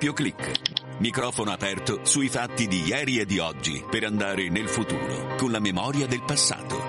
Doppio clic. Microfono aperto sui fatti di ieri e di oggi per andare nel futuro con la memoria del passato.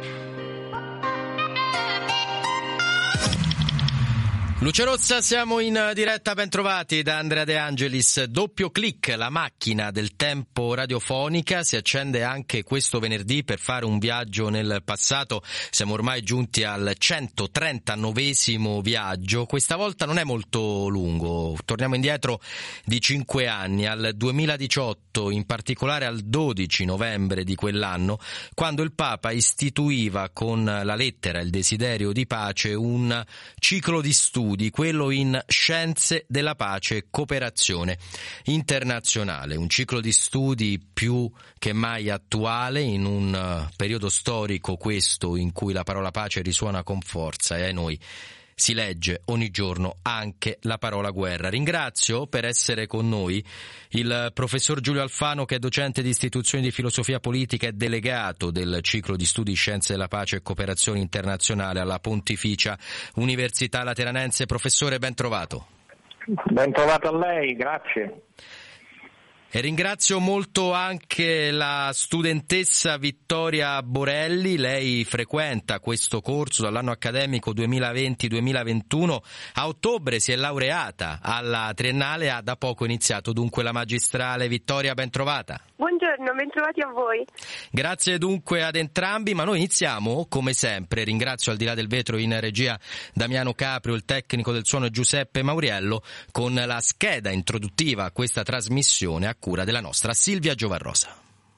Luce Rossa, siamo in diretta, ben trovati da Andrea De Angelis. Doppio clic, la macchina del tempo radiofonica si accende anche questo venerdì per fare un viaggio nel passato. Siamo ormai giunti al 139esimo viaggio. Questa volta non è molto lungo, torniamo indietro di 5 anni, al 2018, in particolare al 12 novembre di quell'anno, quando il Papa istituiva con la lettera Il desiderio di pace un ciclo di studi, quello in scienze della pace e cooperazione internazionale, un ciclo di studi più che mai attuale in un periodo storico questo in cui la parola pace risuona con forza e a noi si legge ogni giorno anche la parola guerra. Ringrazio per essere con noi il professor Giulio Alfano, che è docente di istituzioni di filosofia politica e delegato del ciclo di studi Scienze della Pace e Cooperazione Internazionale alla Pontificia Università Lateranense. Professore, ben trovato. Ben trovato a lei, grazie. E ringrazio molto anche la studentessa Vittoria Borelli. Lei frequenta questo corso dall'anno accademico 2020-2021. A ottobre si è laureata alla triennale, ha da poco iniziato dunque la magistrale. Vittoria, ben trovata. Buongiorno, ben trovati a voi. Grazie dunque ad entrambi, ma noi iniziamo come sempre. Ringrazio al di là del vetro in regia Damiano Caprio, il tecnico del suono Giuseppe Mauriello, con la scheda introduttiva a questa trasmissione a cura della nostra Silvia Giovarrosa.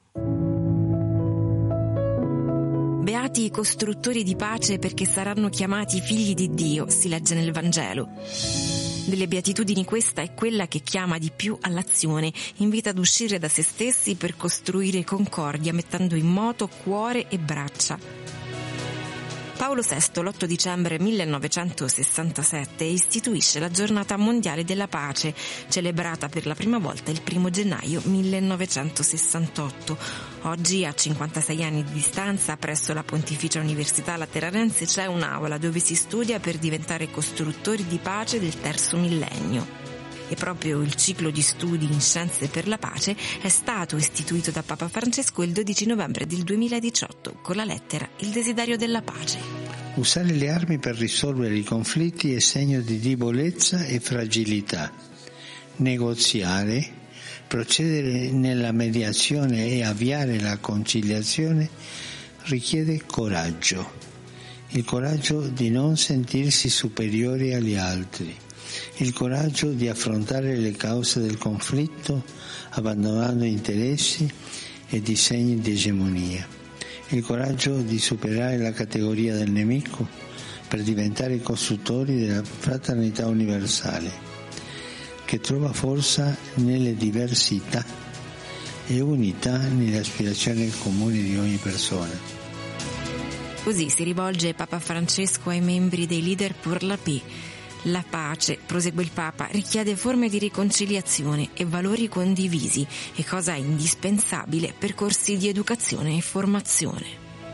Beati i costruttori di pace, perché saranno chiamati figli di Dio, si legge nel Vangelo. Delle beatitudini questa è quella che chiama di più all'azione, invita ad uscire da se stessi per costruire concordia, mettendo in moto cuore e braccia. Paolo VI, l'8 dicembre 1967, istituisce la Giornata Mondiale della Pace, celebrata per la prima volta il 1 gennaio 1968. Oggi, a 56 anni di distanza, presso la Pontificia Università Lateranense c'è un'aula dove si studia per diventare costruttori di pace del terzo millennio. E proprio il ciclo di studi in Scienze per la Pace è stato istituito da Papa Francesco il 12 novembre del 2018 con la lettera Il desiderio della pace. Usare le armi per risolvere i conflitti è segno di debolezza e fragilità. Negoziare, procedere nella mediazione e avviare la conciliazione richiede coraggio. Il coraggio di non sentirsi superiori agli altri. Il coraggio di affrontare le cause del conflitto abbandonando interessi e disegni di egemonia. Il coraggio di superare la categoria del nemico per diventare costruttori della fraternità universale, che trova forza nelle diversità e unità nelle aspirazioni comuni di ogni persona. Così si rivolge Papa Francesco ai membri dei Leader pour la Paix. La pace, prosegue il Papa, richiede forme di riconciliazione e valori condivisi e, cosa indispensabile, percorsi di educazione e formazione.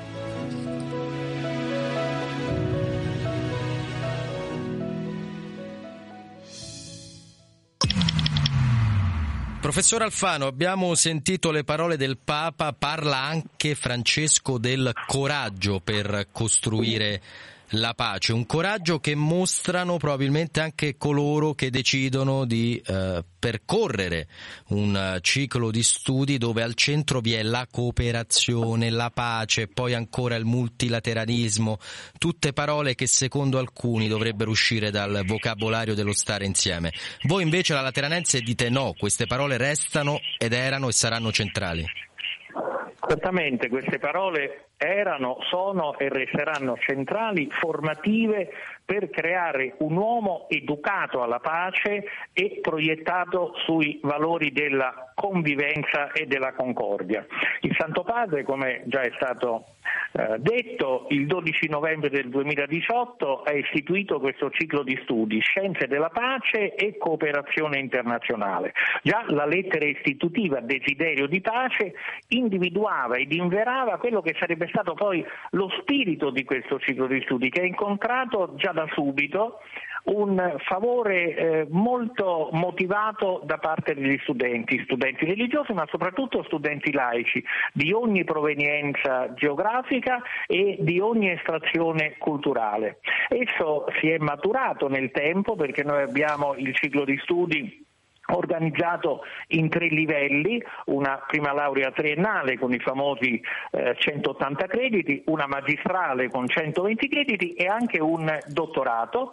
Professor Alfano, abbiamo sentito le parole del Papa, parla anche Francesco del coraggio per costruire la pace, un coraggio che mostrano probabilmente anche coloro che decidono di percorrere un ciclo di studi dove al centro vi è la cooperazione, la pace, poi ancora il multilateralismo, tutte parole che secondo alcuni dovrebbero uscire dal vocabolario dello stare insieme. Voi invece alla Lateranense dite no, queste parole restano ed erano e saranno centrali. Certamente queste parole erano, sono e resteranno centrali, formative per creare un uomo educato alla pace e proiettato sui valori della convivenza e della concordia. Il Santo Padre, come già è stato detto, il 12 novembre del 2018 ha istituito questo ciclo di studi Scienze della pace e cooperazione internazionale. Già la lettera istitutiva Desiderio di pace individuava ed inverava quello che sarebbe stato poi lo spirito di questo ciclo di studi, che ha incontrato già da subito un favore molto motivato da parte degli studenti religiosi, ma soprattutto studenti laici di ogni provenienza geografica e di ogni estrazione culturale. Esso si è maturato nel tempo, perché noi abbiamo il ciclo di studi organizzato in 3 livelli: una prima laurea triennale con i famosi 180 crediti, una magistrale con 120 crediti e anche un dottorato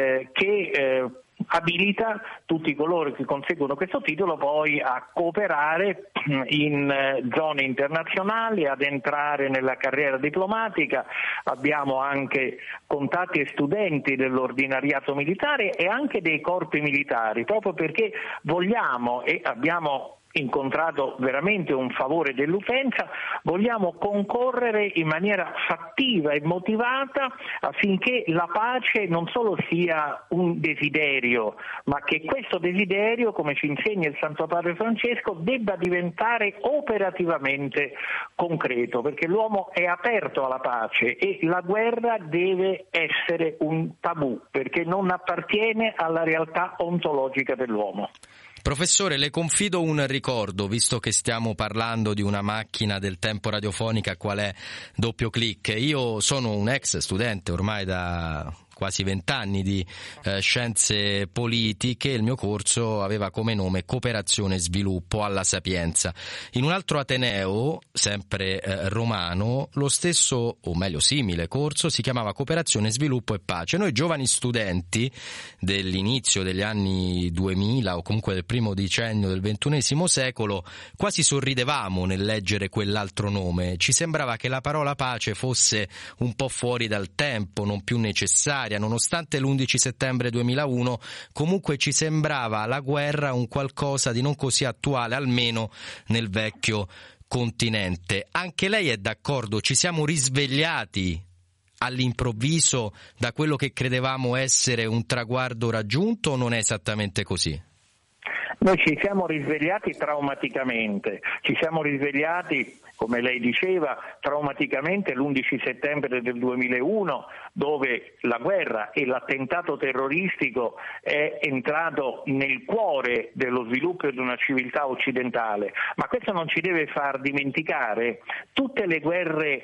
che abilita tutti coloro che conseguono questo titolo poi a cooperare in zone internazionali, ad entrare nella carriera diplomatica. Abbiamo anche contatti e studenti dell'ordinariato militare e anche dei corpi militari, proprio perché vogliamo, e abbiamo incontrato veramente un favore dell'utenza, vogliamo concorrere in maniera fattiva e motivata affinché la pace non solo sia un desiderio, ma che questo desiderio, come ci insegna il Santo Padre Francesco, debba diventare operativamente concreto, perché l'uomo è aperto alla pace e la guerra deve essere un tabù, perché non appartiene alla realtà ontologica dell'uomo. Professore, le confido un ricordo, visto che stiamo parlando di una macchina del tempo radiofonica qual è Doppio Click. Io sono un ex studente ormai da quasi 20 anni di scienze politiche. Il mio corso aveva come nome Cooperazione e Sviluppo alla Sapienza. In un altro ateneo, sempre romano, lo stesso, o meglio simile corso, si chiamava Cooperazione, Sviluppo e Pace. Noi giovani studenti dell'inizio degli anni 2000 o comunque del primo decennio del XXI secolo quasi sorridevamo nel leggere quell'altro nome. Ci sembrava che la parola pace fosse un po' fuori dal tempo, non più necessaria. Nonostante l'11 settembre 2001, comunque ci sembrava la guerra un qualcosa di non così attuale, almeno nel vecchio continente. Anche lei è d'accordo? Ci siamo risvegliati all'improvviso da quello che credevamo essere un traguardo raggiunto, o non è esattamente così? Noi ci siamo risvegliati traumaticamente, ci siamo risvegliati, come lei diceva, traumaticamente l'11 settembre del 2001, dove la guerra e l'attentato terroristico è entrato nel cuore dello sviluppo di una civiltà occidentale, ma questo non ci deve far dimenticare tutte le guerre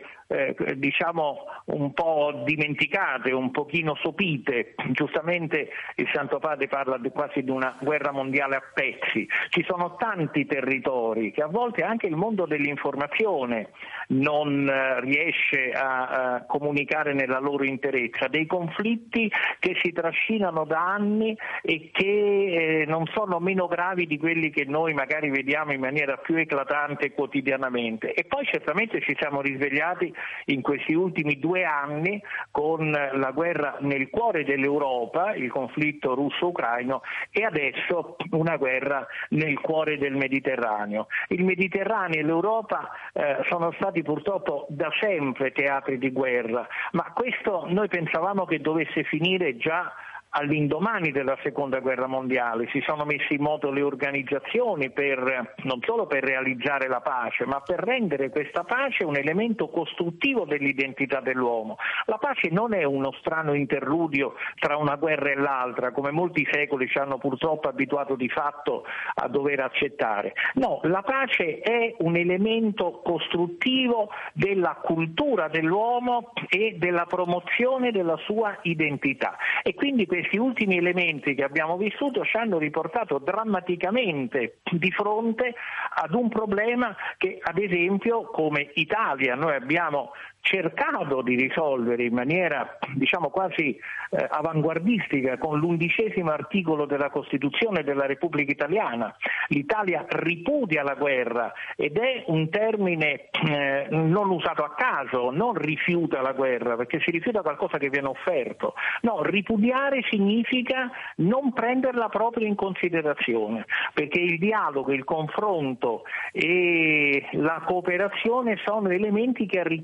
diciamo un po' dimenticate, un pochino sopite. Giustamente il Santo Padre parla quasi di una guerra mondiale a pezzi. Ci sono tanti territori che a volte anche il mondo dell'informazione non riesce a comunicare nella loro interezza, dei conflitti che si trascinano da anni e che non sono meno gravi di quelli che noi magari vediamo in maniera più eclatante quotidianamente. E poi certamente ci siamo risvegliati in questi ultimi 2 anni con la guerra nel cuore dell'Europa, il conflitto russo-ucraino, e adesso una guerra nel cuore del Mediterraneo. Il Mediterraneo e l'Europa sono stati purtroppo da sempre teatri di guerra, ma questo noi pensavamo che dovesse finire già all'indomani della Seconda Guerra Mondiale. Si sono messe in moto le organizzazioni non solo per realizzare la pace, ma per rendere questa pace un elemento costruttivo dell'identità dell'uomo. La pace non è uno strano interludio tra una guerra e l'altra, come molti secoli ci hanno purtroppo abituato di fatto a dover accettare. No, la pace è un elemento costruttivo della cultura dell'uomo e della promozione della sua identità. E quindi questi ultimi elementi che abbiamo vissuto ci hanno riportato drammaticamente di fronte ad un problema che, ad esempio, come Italia noi abbiamo cercato di risolvere in maniera quasi avanguardistica con l'11° articolo della Costituzione della Repubblica Italiana. L'Italia ripudia la guerra, ed è un termine non usato a caso, non rifiuta la guerra, perché si rifiuta qualcosa che viene offerto. No, ripudiare significa non prenderla proprio in considerazione, perché il dialogo, il confronto e la cooperazione sono elementi che arricchiscono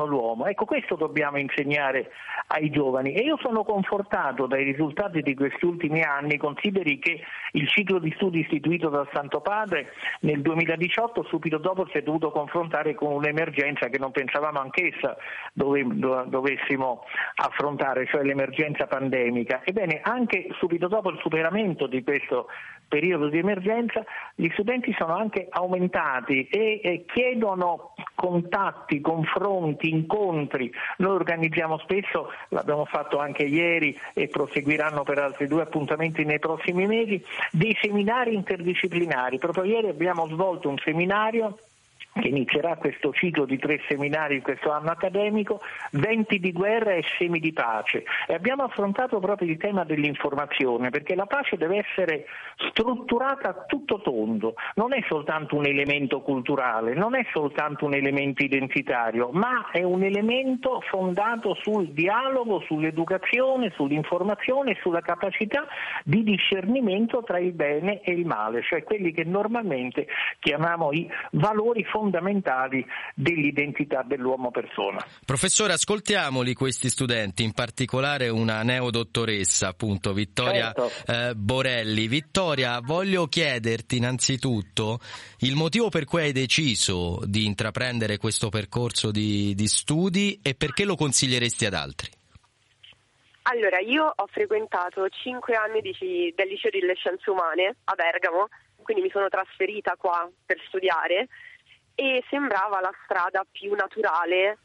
fanno l'uomo. Ecco, questo dobbiamo insegnare ai giovani, e io sono confortato dai risultati di questi ultimi anni. Consideri che il ciclo di studi istituito dal Santo Padre nel 2018, subito dopo, si è dovuto confrontare con un'emergenza che non pensavamo anch'essa dovessimo affrontare, cioè l'emergenza pandemica. Ebbene, anche subito dopo il superamento di questo periodo di emergenza, gli studenti sono anche aumentati e chiedono contatti, confronti, incontri. Noi organizziamo spesso, l'abbiamo fatto anche ieri e proseguiranno per altri 2 appuntamenti nei prossimi mesi, dei seminari interdisciplinari. Proprio ieri abbiamo svolto un seminario che inizierà questo ciclo di 3 seminari in questo anno accademico, Venti di guerra e semi di pace, e abbiamo affrontato proprio il tema dell'informazione, perché la pace deve essere strutturata a tutto tondo, non è soltanto un elemento culturale, non è soltanto un elemento identitario, ma è un elemento fondato sul dialogo, sull'educazione, sull'informazione e sulla capacità di discernimento tra il bene e il male, cioè quelli che normalmente chiamiamo i valori fondamentali dell'identità dell'uomo persona. Professore, ascoltiamoli questi studenti, in particolare una neodottoressa, appunto, Vittoria Borelli. Vittoria, voglio chiederti innanzitutto il motivo per cui hai deciso di intraprendere questo percorso di studi e perché lo consiglieresti ad altri. Allora, io ho frequentato 5 anni del liceo delle scienze umane a Bergamo, quindi mi sono trasferita qua per studiare, e sembrava la strada più naturale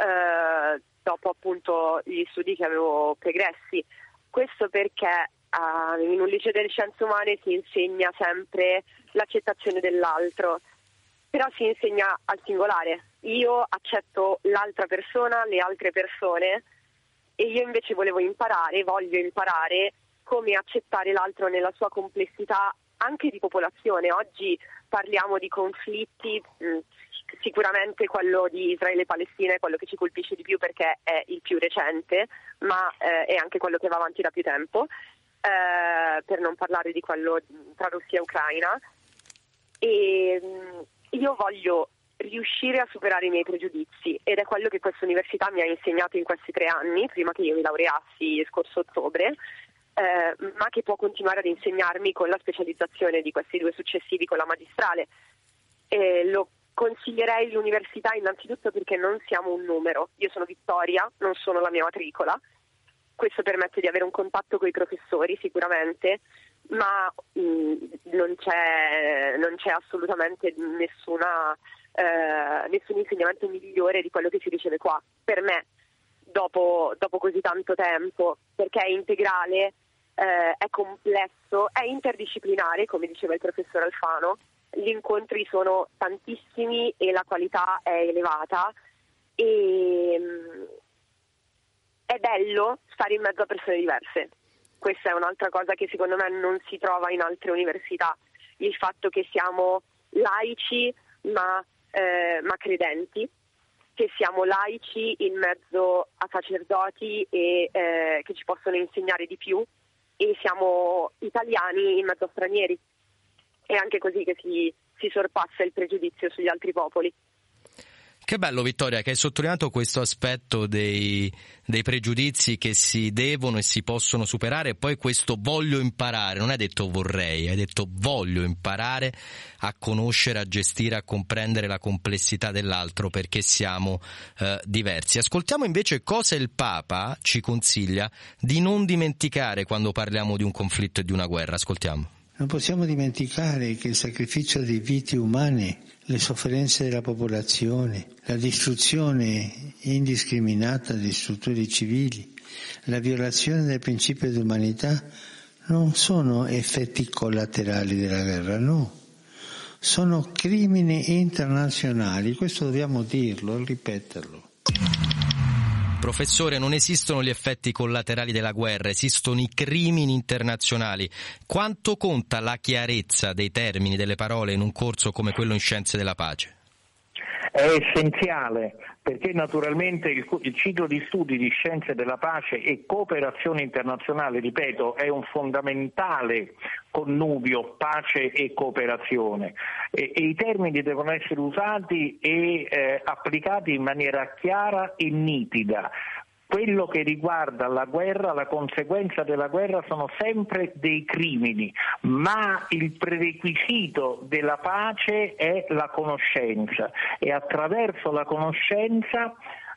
dopo appunto gli studi che avevo pregressi. Questo perché in un liceo delle scienze umane si insegna sempre l'accettazione dell'altro, però si insegna al singolare. Io accetto l'altra persona, le altre persone, e io invece voglio imparare come accettare l'altro nella sua complessità anche di popolazione. Oggi parliamo di conflitti, sicuramente quello di Israele e Palestina è quello che ci colpisce di più perché è il più recente, ma è anche quello che va avanti da più tempo, per non parlare di quello tra Russia e Ucraina. E io voglio riuscire a superare i miei pregiudizi, ed è quello che questa università mi ha insegnato in questi 3 anni, prima che io mi laureassi scorso ottobre, ma che può continuare ad insegnarmi con la specializzazione di questi 2 successivi con la magistrale. Lo consiglierei l'università innanzitutto perché non siamo un numero. Io sono Vittoria, non sono la mia matricola. Questo permette di avere un contatto con i professori sicuramente, ma non c'è assolutamente nessun insegnamento migliore di quello che si riceve qua, per me, dopo così tanto tempo, perché è integrale, è complesso, è interdisciplinare, come diceva il professor Alfano. Gli incontri sono tantissimi e la qualità è elevata, e è bello stare in mezzo a persone diverse. Questa è un'altra cosa che secondo me non si trova in altre università, il fatto che siamo laici ma credenti, che siamo laici in mezzo a sacerdoti e che ci possono insegnare di più, e siamo italiani in mezzo a stranieri. È anche così che si sorpassa il pregiudizio sugli altri popoli. Che bello, Vittoria, che hai sottolineato questo aspetto dei pregiudizi che si devono e si possono superare, e poi questo voglio imparare. Non hai detto vorrei, hai detto voglio imparare a conoscere, a gestire, a comprendere la complessità dell'altro perché siamo diversi. Ascoltiamo invece cosa il Papa ci consiglia di non dimenticare quando parliamo di un conflitto e di una guerra. Ascoltiamo. Non possiamo dimenticare che il sacrificio di vite umane, le sofferenze della popolazione, la distruzione indiscriminata di strutture civili, la violazione del principio di umanità non sono effetti collaterali della guerra, no. Sono crimini internazionali, questo dobbiamo dirlo, ripeterlo. Professore, non esistono gli effetti collaterali della guerra, esistono i crimini internazionali. Quanto conta la chiarezza dei termini, delle parole in un corso come quello in Scienze della Pace? È essenziale, perché naturalmente il ciclo di studi di scienze della pace e cooperazione internazionale, ripeto, è un fondamentale connubio pace e cooperazione, e i termini devono essere usati e applicati in maniera chiara e nitida. Quello che riguarda la guerra, la conseguenza della guerra sono sempre dei crimini, ma il prerequisito della pace è la conoscenza, e attraverso la conoscenza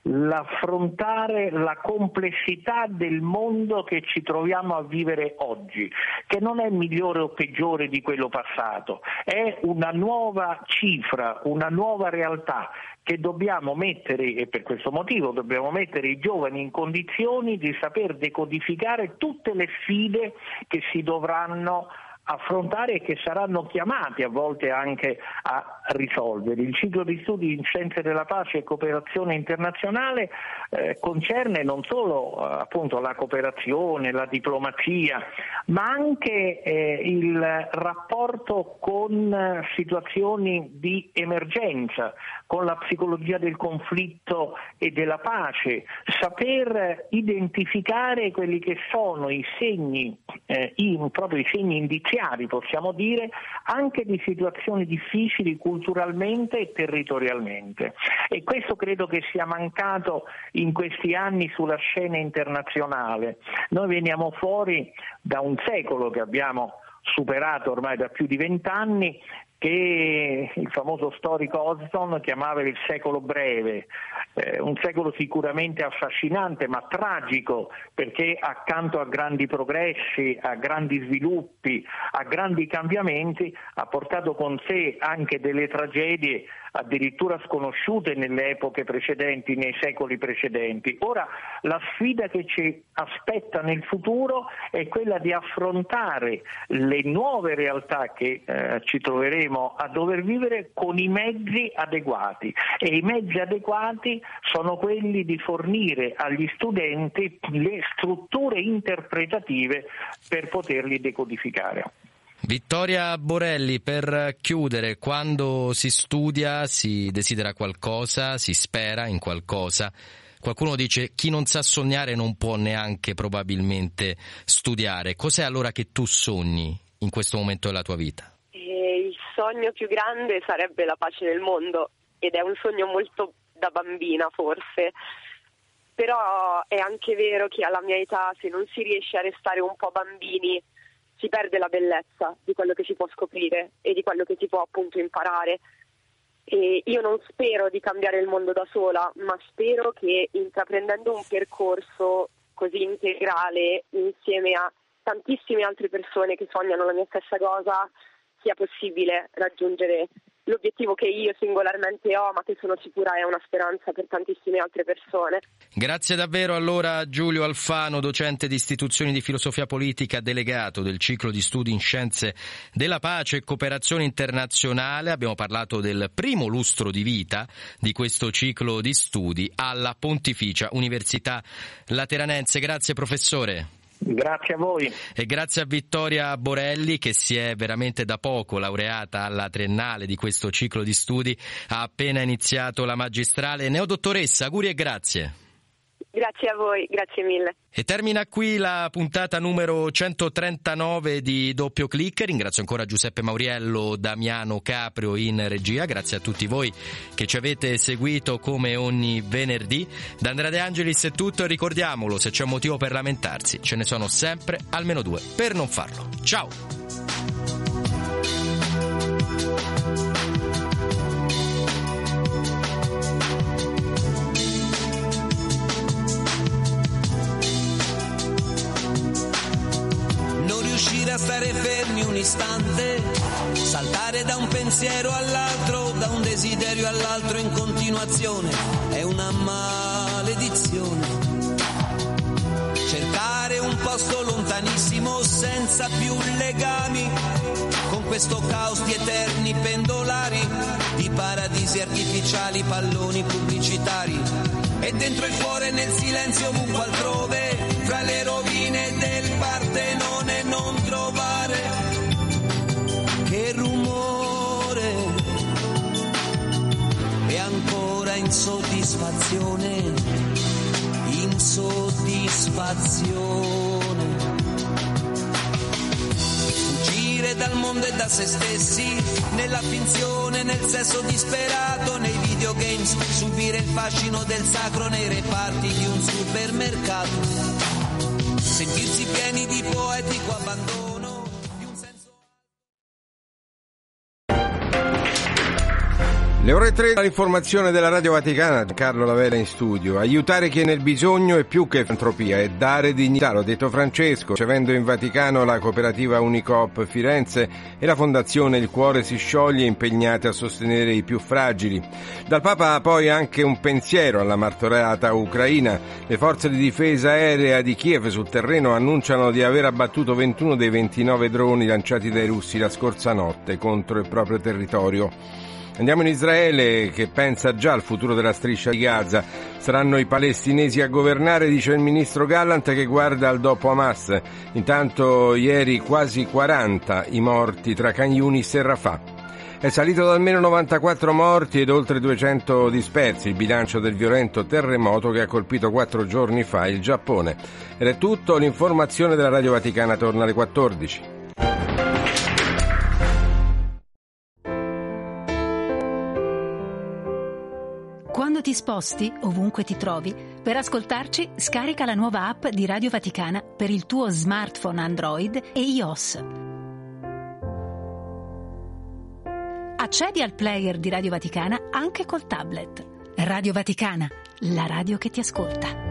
l'affrontare la complessità del mondo che ci troviamo a vivere oggi, che non è migliore o peggiore di quello passato, è una nuova cifra, una nuova realtà che dobbiamo mettere, e per questo motivo dobbiamo mettere i giovani in condizioni di saper decodificare tutte le sfide che si dovranno affrontare e che saranno chiamati a volte anche a risolvere. Il ciclo di studi in scienze della pace e cooperazione internazionale concerne non solo appunto la cooperazione, la diplomazia, ma anche il rapporto con situazioni di emergenza, con la psicologia del conflitto e della pace, saper identificare quelli che sono i segni, proprio i segni indiziari, possiamo dire, anche di situazioni difficili culturalmente e territorialmente. E questo credo che sia mancato in questi anni sulla scena internazionale. Noi veniamo fuori da un secolo che abbiamo superato ormai da più di 20 anni, che il famoso storico Hodgson chiamava il secolo breve, un secolo sicuramente affascinante ma tragico, perché accanto a grandi progressi, a grandi sviluppi, a grandi cambiamenti, ha portato con sé anche delle tragedie addirittura sconosciute nelle epoche precedenti, nei secoli precedenti. Ora la sfida che ci aspetta nel futuro è quella di affrontare le nuove realtà che ci troveremo a dover vivere con i mezzi adeguati, e i mezzi adeguati sono quelli di fornire agli studenti le strutture interpretative per poterli decodificare. Vittoria Borelli, per chiudere, quando si studia si desidera qualcosa, si spera in qualcosa. Qualcuno dice chi non sa sognare non può neanche probabilmente studiare. Cos'è allora che tu sogni in questo momento della tua vita? Il sogno più grande sarebbe la pace nel mondo, ed è un sogno molto da bambina forse, però è anche vero che alla mia età, se non si riesce a restare un po' bambini, si perde la bellezza di quello che si può scoprire e di quello che si può appunto imparare. E io non spero di cambiare il mondo da sola, ma spero che intraprendendo un percorso così integrale insieme a tantissime altre persone che sognano la mia stessa cosa sia possibile raggiungere l'obiettivo che io singolarmente ho, ma che sono sicura è una speranza per tantissime altre persone. Grazie davvero allora Giulio Alfano, docente di istituzioni di filosofia politica, delegato del ciclo di studi in scienze della pace e cooperazione internazionale. Abbiamo parlato del primo lustro di vita di questo ciclo di studi alla Pontificia Università Lateranense. Grazie professore. Grazie a voi. E grazie a Vittoria Borelli, che si è veramente da poco laureata alla triennale di questo ciclo di studi, ha appena iniziato la magistrale. Neodottoressa, auguri e grazie. Grazie a voi, grazie mille. E termina qui la puntata numero 139 di Doppio Clic. Ringrazio ancora Giuseppe Mauriello, Damiano Caprio in regia. Grazie a tutti voi che ci avete seguito come ogni venerdì. Da Andrea De Angelis è tutto, e ricordiamolo, se c'è un motivo per lamentarsi, ce ne sono sempre almeno due per non farlo. Ciao! A stare fermi un istante, saltare da un pensiero all'altro, da un desiderio all'altro in continuazione, è una maledizione. Cercare un posto lontanissimo senza più legami, con questo caos di eterni pendolari, di paradisi artificiali, palloni pubblicitari, e dentro il cuore nel silenzio ovunque altrove, fra le rovine del Partenone non trovare che rumore, e ancora insoddisfazione, fuggire dal mondo e da se stessi, nella finzione, nel sesso disperato, nei videogames, subire il fascino del sacro nei reparti di un supermercato, sentirsi pieni di poetico abbandono. Le ore 3, l'informazione della Radio Vaticana, Carlo Lavera in studio. Aiutare chi è nel bisogno è più che filantropia, è dare dignità, l'ha detto Francesco, ricevendo in Vaticano la cooperativa Unicoop Firenze e la fondazione Il Cuore si scioglie, impegnate a sostenere i più fragili. Dal Papa poi anche un pensiero alla martoriata Ucraina. Le forze di difesa aerea di Kiev sul terreno annunciano di aver abbattuto 21 dei 29 droni lanciati dai russi la scorsa notte contro il proprio territorio. Andiamo in Israele, che pensa già al futuro della striscia di Gaza. Saranno i palestinesi a governare, dice il ministro Gallant, che guarda al dopo Hamas. Intanto ieri quasi 40 i morti tra Khan Yunis e Rafah. È salito da almeno 94 morti ed oltre 200 dispersi il bilancio del violento terremoto che ha colpito 4 giorni fa il Giappone. Ed è tutto, l'informazione della Radio Vaticana torna alle 14. Quando ti sposti, ovunque ti trovi, per ascoltarci scarica la nuova app di Radio Vaticana per il tuo smartphone Android e iOS. Accedi al player di Radio Vaticana anche col tablet. Radio Vaticana, la radio che ti ascolta.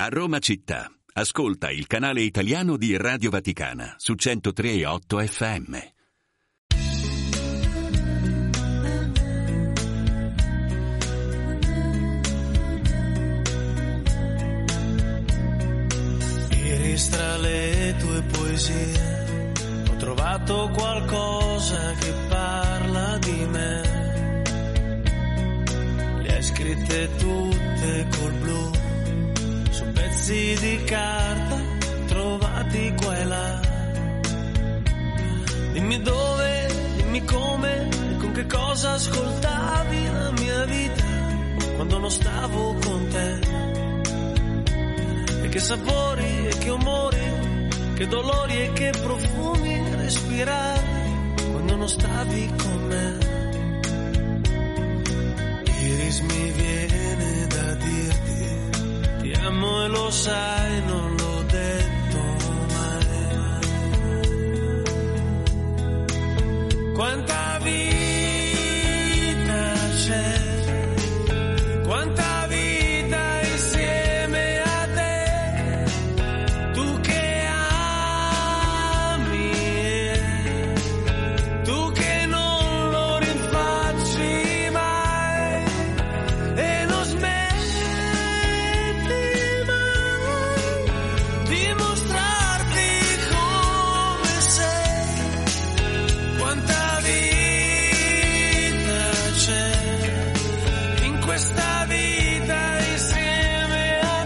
A Roma città, ascolta il canale italiano di Radio Vaticana su 103.8 FM. Iris tra le tue poesie ho trovato qualcosa che parla di me. Le hai scritte tutte col blu su pezzi di carta trovati qua e là. Dimmi dove, dimmi come e con che cosa ascoltavi la mia vita quando non stavo con te. E che sapori e che umori, che dolori e che profumi respiravi quando non stavi con me. Iris, mi viene da dirti ti amo e lo sai, non l'ho detto mai. Quanta vita c'è, quanta vita insieme a te, tu che ami, tu che non lo rinfacci mai e non smetti di mostrarti come sei. Quanta vita c'è in questa vita insieme a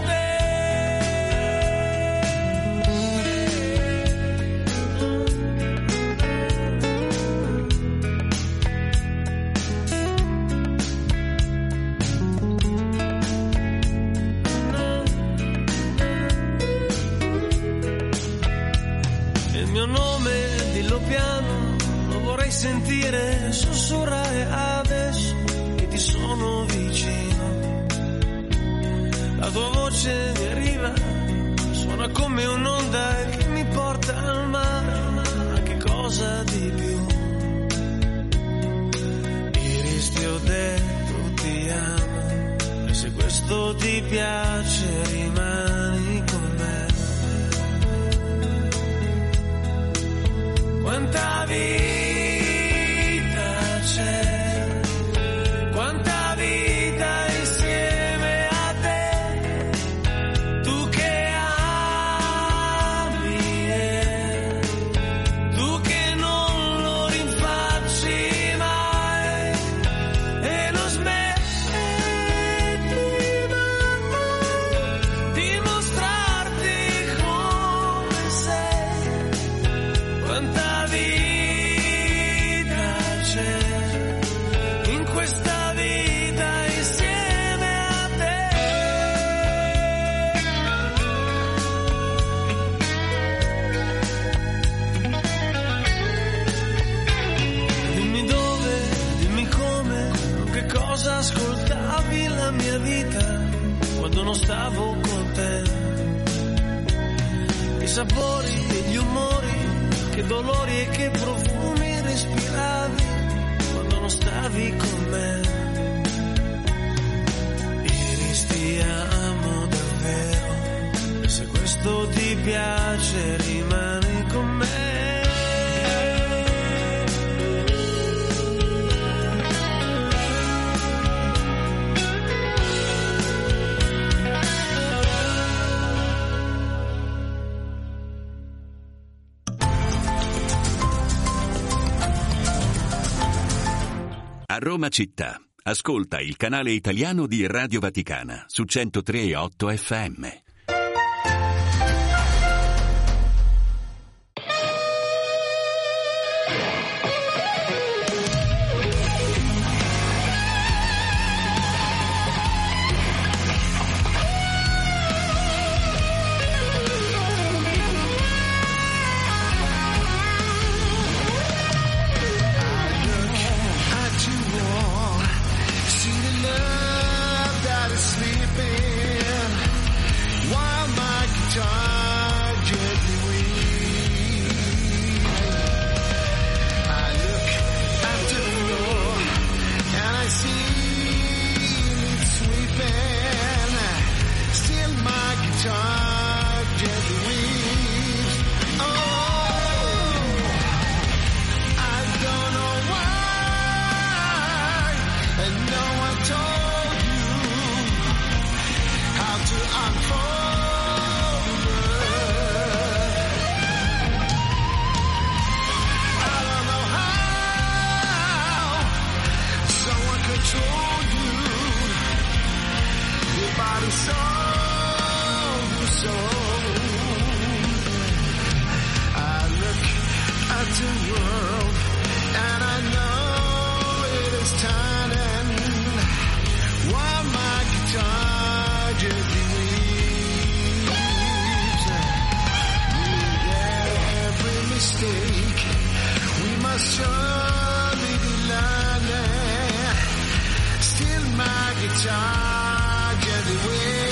il mio nome, dillo piano, lo vorrei sentire sussurrare adesso che ti sono vicino. La tua voce mi arriva, suona come un'onda che mi porta al mare, ma che cosa di più. Iris, ti ho detto ti amo, e se questo ti piace rimani con me. Quanta vita c'è, quanta vita insieme a te, tu che ami, tu che non lo rinfacci mai e non smetti mai di mostrarti come sei. Quanta vita c'è in questa vita insieme a te. Dimmi dove, dimmi come, con che cosa ascoltavi la mia vita quando non stavo con te. I sapori e gli umori, che dolori e che profumi respiravi quando non stavi con me. Iris, ti amo davvero, e se questo ti piace rimani con me. A Roma città, ascolta il canale italiano di Radio Vaticana su 103.8 FM. See the love that is sleeping distant world, and I know it is turning while my guitar gently weeps. With every mistake, we must surely be learning. Still my guitar gently weeps.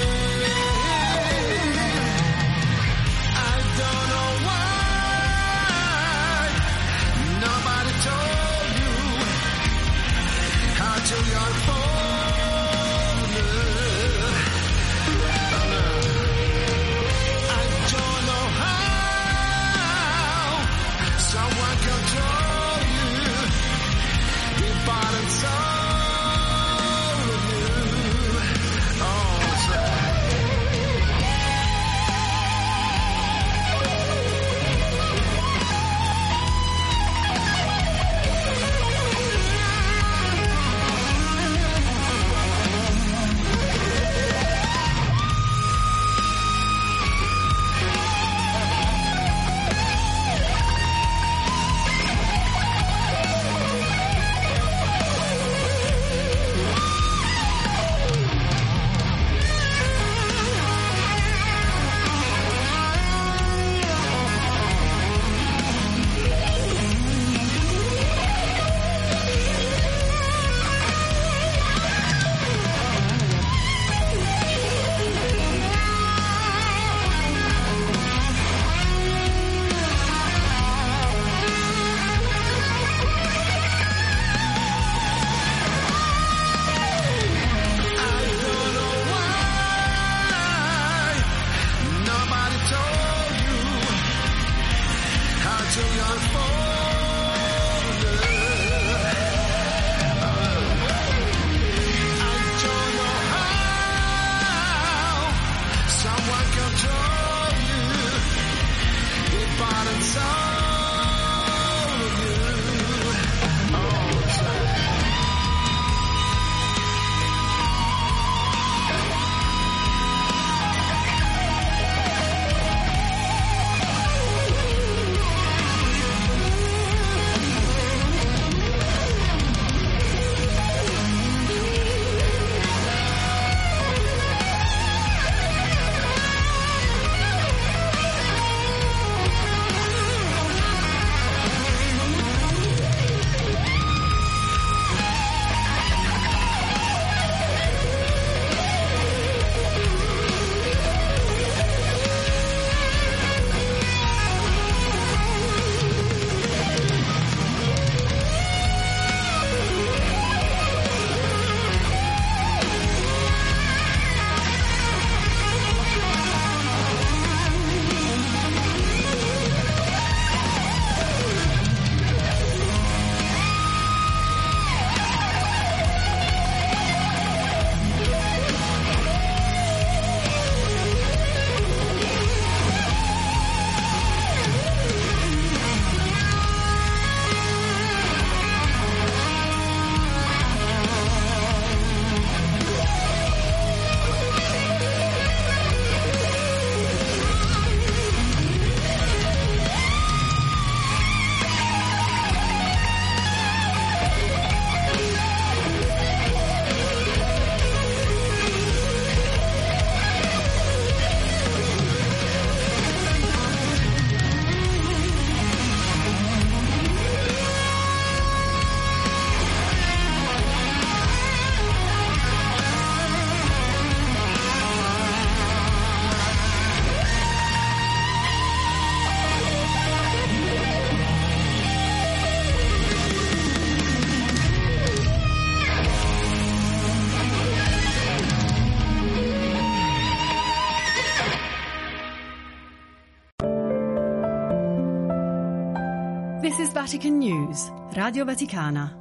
This is Vatican News, Radio Vaticana.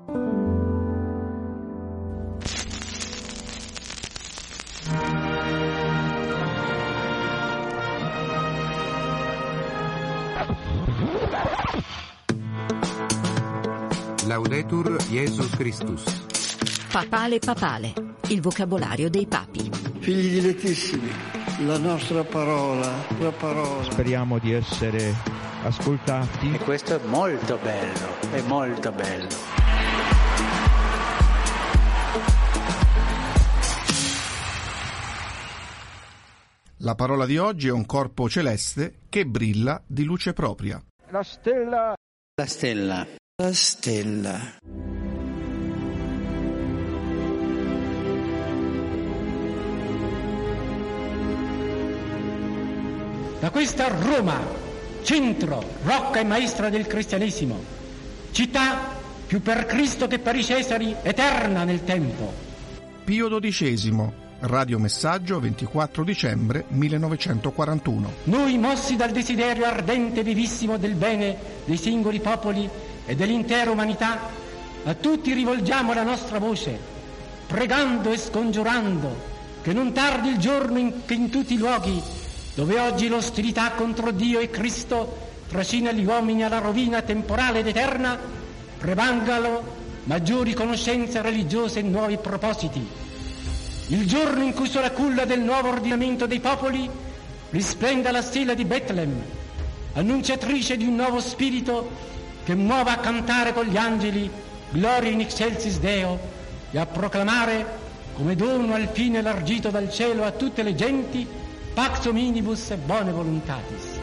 Laudetur Jesus Christus. Papale papale, il vocabolario dei papi. Figli dilettissimi, la nostra parola, la parola. Speriamo di essere ascoltati. E questo è molto bello, è molto bello. La parola di oggi è un corpo celeste che brilla di luce propria. La stella. La stella. La stella. Da questa Roma, centro, rocca e maestra del cristianesimo, città più per Cristo che per i Cesari, eterna nel tempo. Pio XII, radiomessaggio 24 dicembre 1941. Noi, mossi dal desiderio ardente e vivissimo del bene dei singoli popoli e dell'intera umanità, a tutti rivolgiamo la nostra voce, pregando e scongiurando che non tardi il giorno che in tutti i luoghi dove oggi l'ostilità contro Dio e Cristo trascina gli uomini alla rovina temporale ed eterna, prevangano maggiori conoscenze religiose e nuovi propositi. Il giorno in cui sulla culla del nuovo ordinamento dei popoli risplenda la stella di Betlemme, annunciatrice di un nuovo spirito che muova a cantare con gli angeli Gloria in excelsis Deo e a proclamare come dono alpino elargito dal cielo a tutte le genti Pax hominibus et bone voluntatis.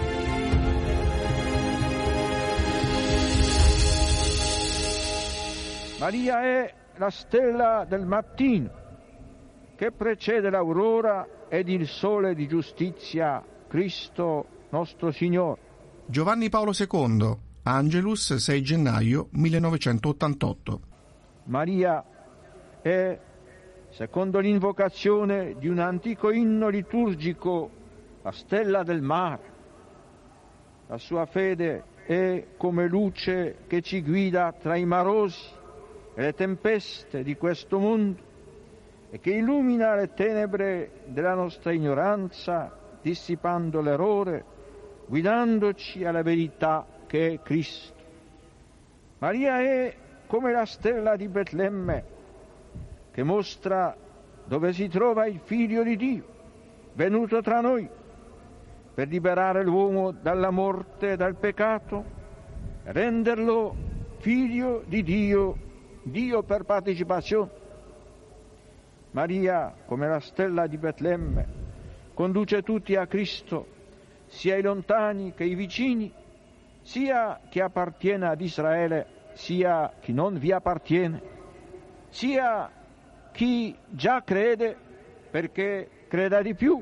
Maria è la stella del mattino che precede l'aurora ed il sole di giustizia, Cristo nostro Signore. Giovanni Paolo II, Angelus, 6 gennaio 1988. Maria è, secondo l'invocazione di un antico inno liturgico, la stella del mare. La sua fede è come luce che ci guida tra i marosi e le tempeste di questo mondo e che illumina le tenebre della nostra ignoranza, dissipando l'errore, guidandoci alla verità che è Cristo. Maria è come la stella di Betlemme, che mostra dove si trova il Figlio di Dio, venuto tra noi, per liberare l'uomo dalla morte e dal peccato, e renderlo Figlio di Dio, Dio per partecipazione. Maria, come la stella di Betlemme, conduce tutti a Cristo, sia i lontani che i vicini, sia chi appartiene ad Israele, sia chi non vi appartiene, sia chi già crede perché creda di più.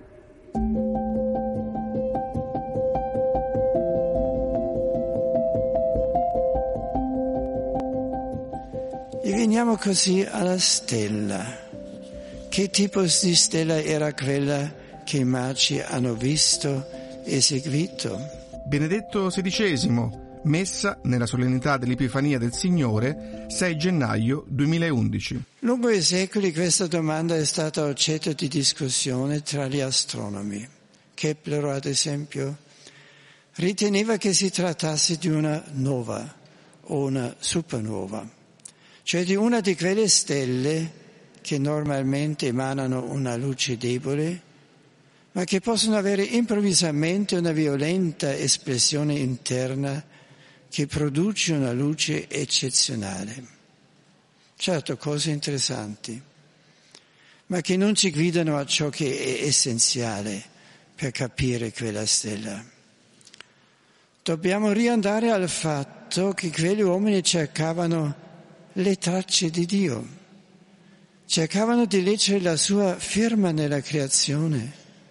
E veniamo così alla stella. Che tipo di stella era quella che i magi hanno visto e seguito? Benedetto XVI, messa nella solennità dell'Epifania del Signore, 6 gennaio 2011. Lungo i secoli questa domanda è stata oggetto di discussione tra gli astronomi. Kepler, ad esempio, riteneva che si trattasse di una nova o una supernova, cioè di una di quelle stelle che normalmente emanano una luce debole, ma che possono avere improvvisamente una violenta esplosione interna che produce una luce eccezionale. Certo, cose interessanti, ma che non ci guidano a ciò che è essenziale per capire quella stella. Dobbiamo riandare al fatto che quegli uomini cercavano le tracce di Dio, cercavano di leggere la sua firma nella creazione,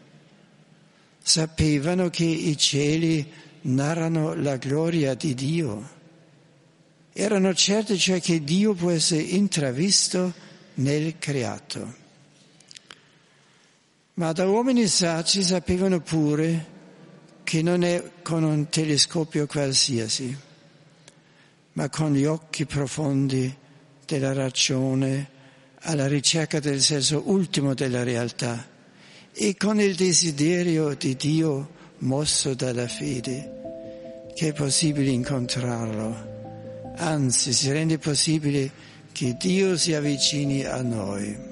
sapevano che i cieli narrano la gloria di Dio, erano certi cioè che Dio può essere intravisto nel creato. Ma da uomini saggi sapevano pure che non è con un telescopio qualsiasi, ma con gli occhi profondi della ragione alla ricerca del senso ultimo della realtà e con il desiderio di Dio mosso dalla fede, che è possibile incontrarlo, anzi si rende possibile che Dio si avvicini a noi.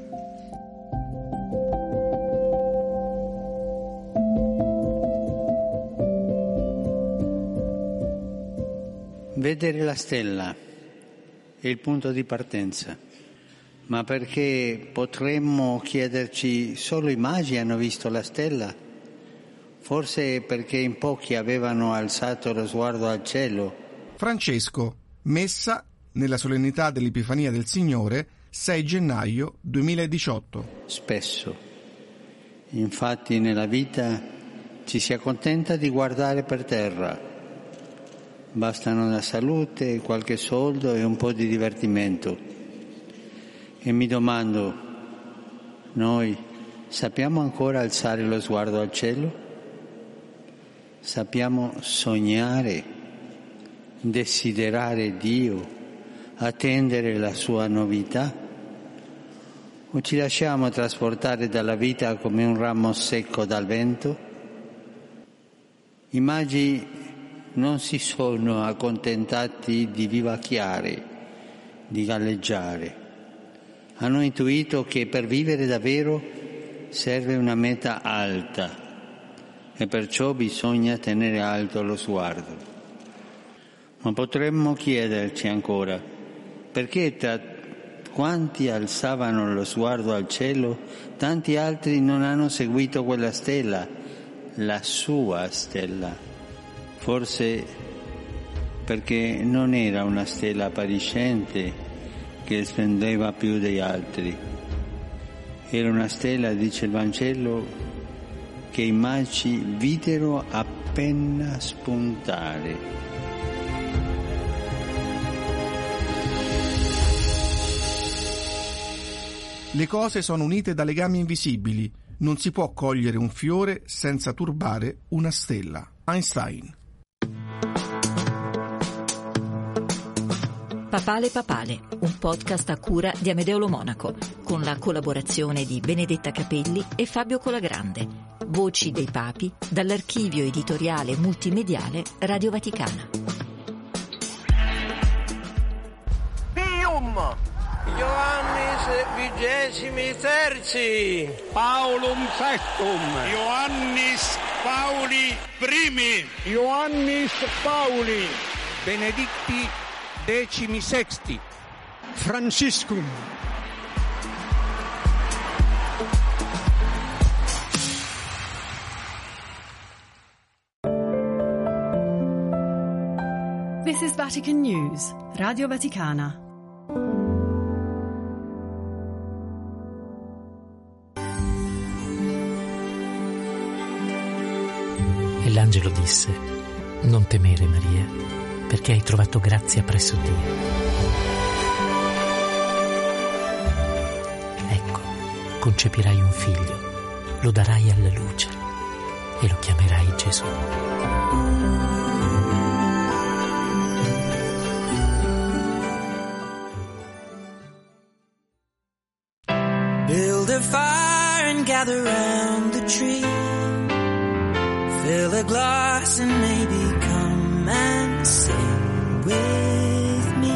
Vedere la stella è il punto di partenza, ma perché potremmo chiederci: solo i magi hanno visto la stella? Forse perché in pochi avevano alzato lo sguardo al cielo. Francesco, messa nella solennità dell'Epifania del Signore, 6 gennaio 2018. Spesso, infatti, nella vita ci si accontenta di guardare per terra. Bastano la salute, qualche soldo e un po' di divertimento. E mi domando: noi sappiamo ancora alzare lo sguardo al cielo? Sappiamo sognare, desiderare Dio, attendere la sua novità? O ci lasciamo trasportare dalla vita come un ramo secco dal vento? I magi non si sono accontentati di vivacchiare, di galleggiare. Hanno intuito che per vivere davvero serve una meta alta e perciò bisogna tenere alto lo sguardo. Ma potremmo chiederci ancora: perché tra quanti alzavano lo sguardo al cielo, tanti altri non hanno seguito quella stella, la sua stella? Forse perché non era una stella appariscente che splendeva più degli altri. Era una stella, dice il Vangelo, che i magi videro appena spuntare. Le cose sono unite da legami invisibili. Non si può cogliere un fiore senza turbare una stella. Einstein. Papale Papale, un podcast a cura di Amedeo Lo Monaco, con la collaborazione di Benedetta Capelli e Fabio Colagrande. Voci dei Papi, dall'archivio editoriale multimediale Radio Vaticana. Pium! Ioannis XXIII, Paulum Sextum, Ioannis Pauli I, Ioannis Pauli, Benedicti XVI, Franciscum. This is Vatican News, Radio Vaticana. E l'angelo disse: non temere, Maria, perché hai trovato grazia presso Dio. Ecco, concepirai un figlio, lo darai alla luce e lo chiamerai Gesù. Build a fire and gather round the tree. Fill a glass and maybe come and sing with me.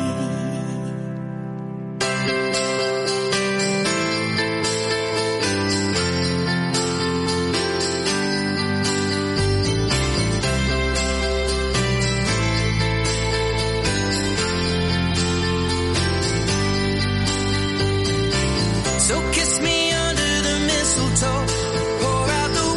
So kiss me under the mistletoe, pour out the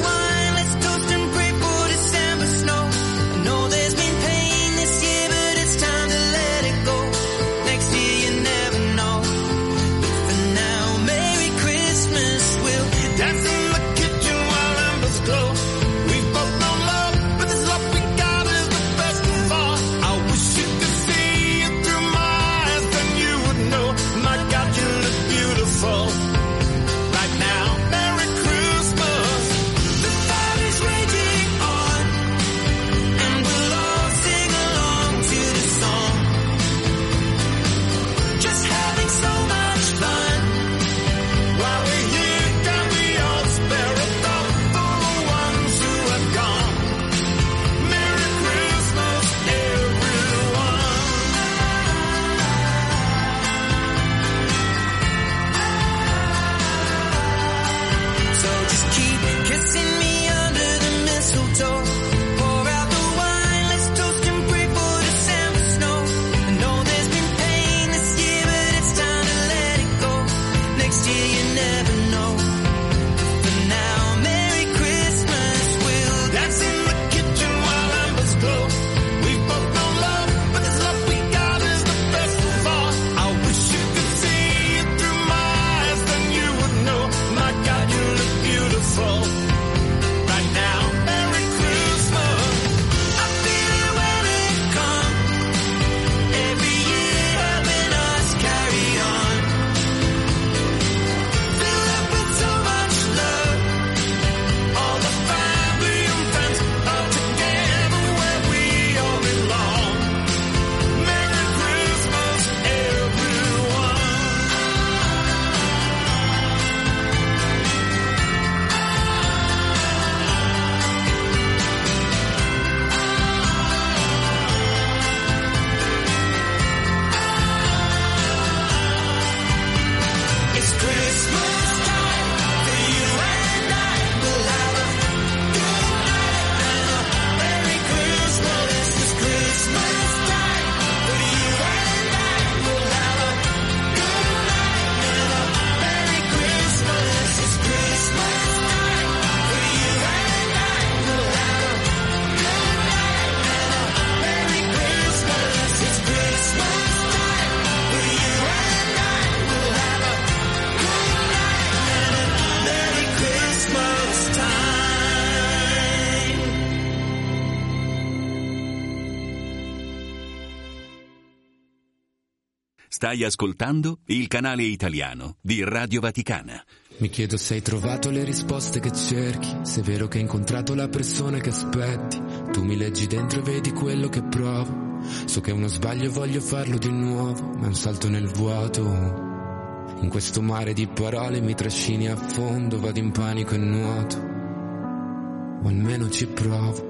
Stai ascoltando il canale italiano di Radio Vaticana. Mi chiedo se hai trovato le risposte che cerchi, se è vero che hai incontrato la persona che aspetti. Tu mi leggi dentro e vedi quello che provo. So che è uno sbaglio e voglio farlo di nuovo, ma è un salto nel vuoto. In questo mare di parole mi trascini a fondo, vado in panico e nuoto, o almeno ci provo.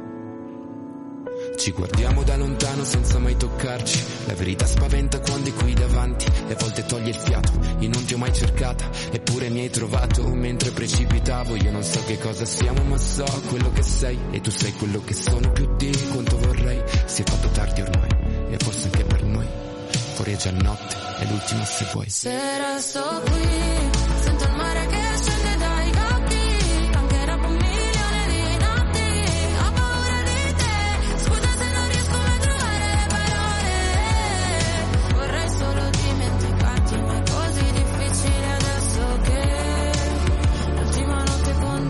Ci guardiamo da lontano senza mai toccarci. La verità spaventa quando è qui davanti, e a volte toglie il fiato. Io non ti ho mai cercata, eppure mi hai trovato mentre precipitavo. Io non so che cosa siamo, ma so quello che sei, e tu sei quello che sono più di quanto vorrei. Si è fatto tardi ormai, e forse anche per noi. Fuori è già notte, è l'ultima se vuoi. Se resto qui, sento il mare che scende dai occhi, anche dopo 1 milione di notti. Ho paura di te, scusa se non riesco mai a trovare le parole. Vorrei solo dimenticarti, ma è così difficile adesso che l'ultima notte con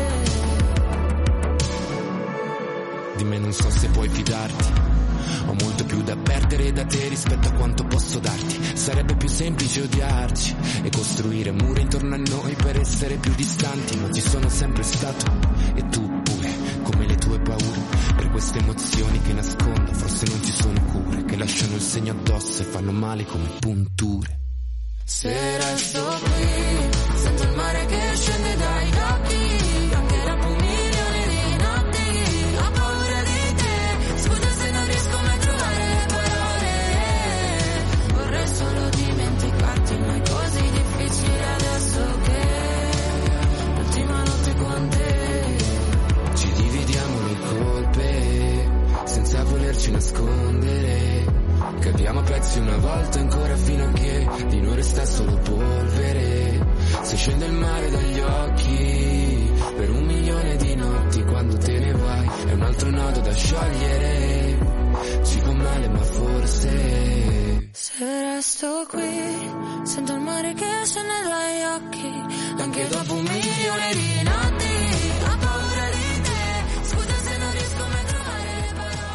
te. Di me non so se puoi fidarti. Ho molto più da perdere da te rispetto a quanto posso darti. Sarebbe più semplice odiarci e costruire mura intorno a noi per essere più distanti, ma ci sono sempre stato, e tu pure, come le tue paure. Per queste emozioni che nascondo forse non ci sono cure, che lasciano il segno addosso e fanno male come punture. Se resto qui, sento il mare che scende dai occhi, anche dopo 1 milione di notti. Ho paura di te, scusa se non riesco mai a trovare le parole. Vorrei solo dimenticarti, ma è così difficile adesso che l'ultima notte con te. Ci dividiamo le colpe senza volerci nascondere. Capiamo a pezzi una volta ancora fino a che di noi resta solo polvere. Se scende il mare dagli occhi per 1 milione di notti, quando te ne vai è un altro nodo da sciogliere. Ci fa male ma forse. Se resto qui, sento il mare che scende dagli occhi, anche dopo 1 milione di notti. Ho paura di te, scusa se non riesco mai a trovare le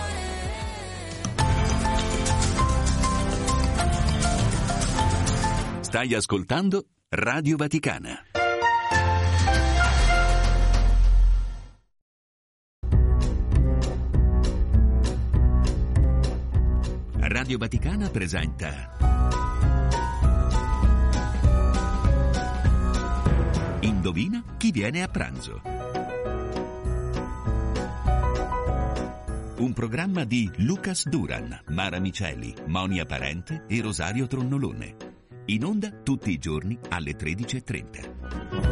parole. Stai ascoltando Radio Vaticana. Radio Vaticana presenta Indovina chi viene a pranzo. Un programma di Lucas Duran, Mara Miceli, Monia Parente e Rosario Tronnolone. In onda tutti i giorni alle 13:30.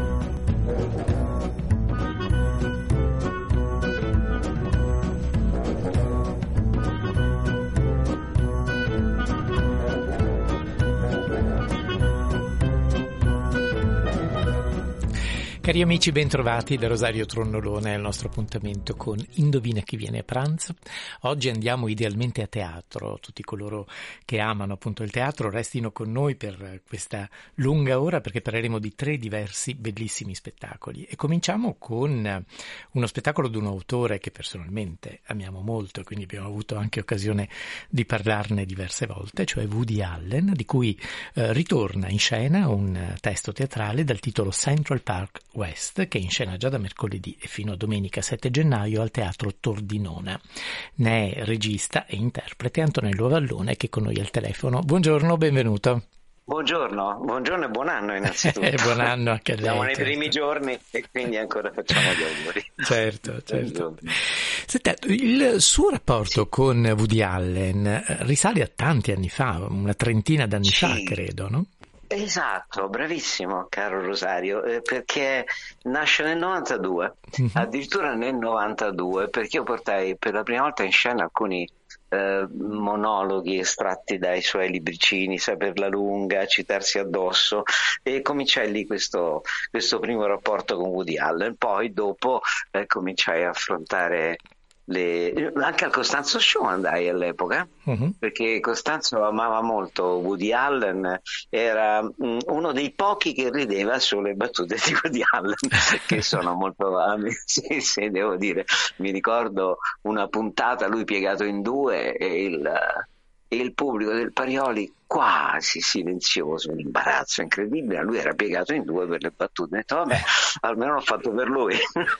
Cari amici, bentrovati da Rosario Tronnolone al nostro appuntamento con Indovina chi viene a pranzo. Oggi andiamo idealmente a teatro. Tutti coloro che amano appunto il teatro restino con noi per questa lunga ora, perché parleremo di 3 diversi bellissimi spettacoli. E cominciamo con uno spettacolo di un autore che personalmente amiamo molto, e quindi abbiamo avuto anche occasione di parlarne diverse volte, cioè Woody Allen, di cui ritorna in scena un testo teatrale dal titolo Central Park West, che è in scena già da mercoledì e fino a domenica 7 gennaio al Teatro Tordinona. Ne è regista e interprete Antonello Vallone, che è con noi al telefono. Buongiorno, benvenuto. Buongiorno e buon anno innanzitutto. Buon anno anche a lei. Siamo nei primi giorni e quindi ancora facciamo gli auguri. Certo. Senta, il suo rapporto con Woody Allen risale a tanti anni fa, una trentina d'anni fa credo, no? Esatto, bravissimo caro Rosario, perché nasce nel 92, addirittura nel 92, perché io portai per la prima volta in scena alcuni monologhi estratti dai suoi libricini, Saperla lunga, Citarsi addosso, e cominciai lì questo primo rapporto con Woody Allen. Poi dopo cominciai a affrontare anche al Costanzo Show andai all'epoca, perché Costanzo amava molto Woody Allen, era uno dei pochi che rideva sulle battute di Woody Allen che sono molto sì, devo dire, mi ricordo una puntata lui piegato in due e il pubblico del Parioli quasi silenzioso, un imbarazzo incredibile. Lui era piegato in due per le battute. Ho detto, vabbè, almeno l'ho fatto per lui.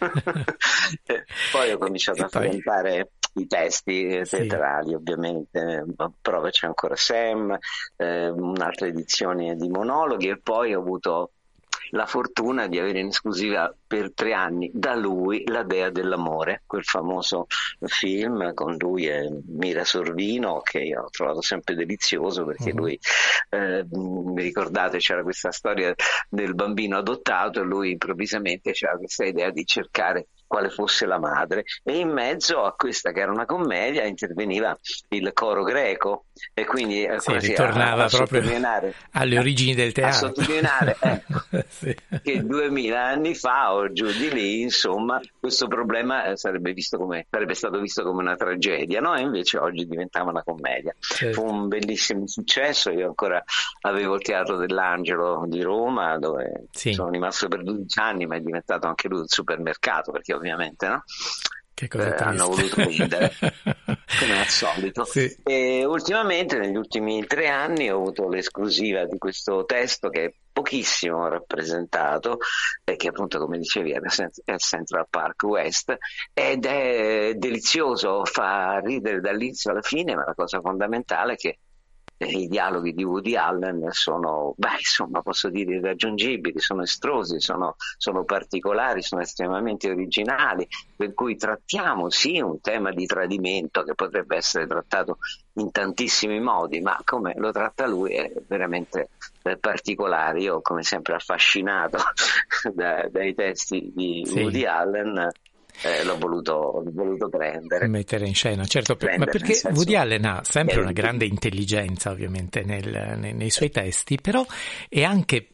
Poi ho cominciato a affrontare i testi teatrali, ovviamente. Provaci ancora Sam, un'altra edizione di monologhi, e poi ho avuto la fortuna di avere in esclusiva per 3 anni da lui La Dea dell'amore, quel famoso film con lui e Mira Sorvino, che io ho trovato sempre delizioso, perché lui, mi ricordate, c'era questa storia del bambino adottato e lui improvvisamente c'era questa idea di cercare quale fosse la madre, e in mezzo a questa, che era una commedia, interveniva il coro greco, e quindi ritornava proprio alle origini del teatro, a sottolineare che 2000 anni fa o giù di lì, insomma, questo problema sarebbe stato visto come una tragedia, no? E invece oggi diventava una commedia. Fu un bellissimo successo. Io ancora avevo il Teatro dell'Angelo di Roma, dove sono rimasto per 12 anni, ma è diventato anche lui un supermercato, perché ovviamente, no? Che cosa hanno voluto vendere come al solito. E ultimamente, negli ultimi 3 anni, ho avuto l'esclusiva di questo testo che è pochissimo rappresentato, e che appunto, come dicevi, è Central Park West, ed è delizioso, fa ridere dall'inizio alla fine, ma la cosa fondamentale è che i dialoghi di Woody Allen sono, insomma, posso dire, irraggiungibili, sono estrosi, sono particolari, sono estremamente originali, per cui trattiamo un tema di tradimento che potrebbe essere trattato in tantissimi modi, ma come lo tratta lui è veramente particolare. Io, come sempre, affascinato dai testi di Woody Allen, l'ho voluto prendere, mettere in scena, certo, ma perché Woody Allen ha sempre una grande intelligenza, ovviamente, nei suoi testi, però è anche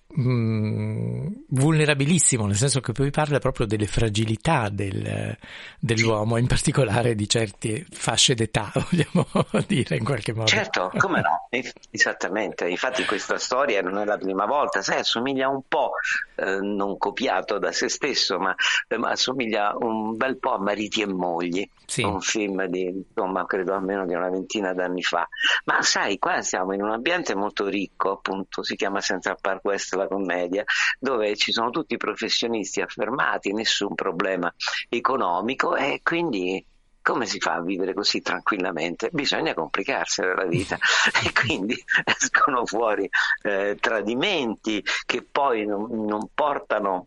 vulnerabilissimo, nel senso che poi parla proprio delle fragilità dell'uomo, in particolare di certe fasce d'età, vogliamo dire, in qualche modo. Certo, come no, esattamente. Infatti questa storia non è la prima volta, assomiglia un po', non copiato da se stesso, ma assomiglia un bel po' a Mariti e mogli, un film di, insomma, credo almeno di una ventina d'anni fa. Ma sai, qua siamo in un ambiente molto ricco, appunto, si chiama Central Park West la commedia, dove ci sono tutti professionisti affermati, nessun problema economico, e quindi come si fa a vivere così tranquillamente? Bisogna complicarsela la vita e quindi escono fuori tradimenti che poi non portano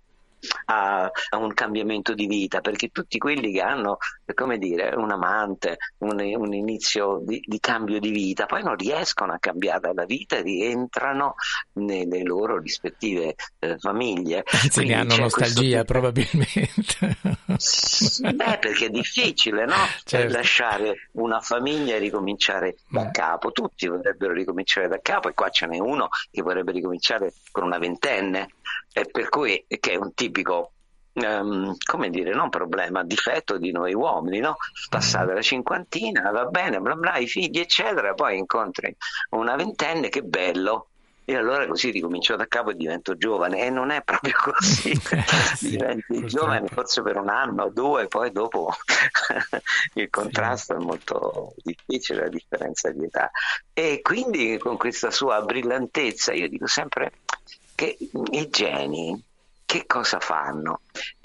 a un cambiamento di vita, perché tutti quelli che hanno, come dire, un amante, un inizio di cambio di vita, poi non riescono a cambiare la vita e rientrano nelle loro rispettive famiglie. Anzi, ne hanno nostalgia probabilmente. Perché è difficile, no? Certo. Lasciare una famiglia e ricominciare da capo. Tutti vorrebbero ricominciare da capo, e qua ce n'è uno che vorrebbe ricominciare con una ventenne, e per cui, che è un tipico come dire, non problema, difetto di noi uomini, no? Passata la cinquantina, va bene, bla bla, i figli eccetera, poi incontri una ventenne, che bello, e allora così ricomincio da capo e divento giovane, e non è proprio così. Diventi giovane forse per 1 anno o 2, poi dopo il contrasto è molto difficile, la differenza di età. E quindi, con questa sua brillantezza, io dico sempre che i geni che cosa fanno?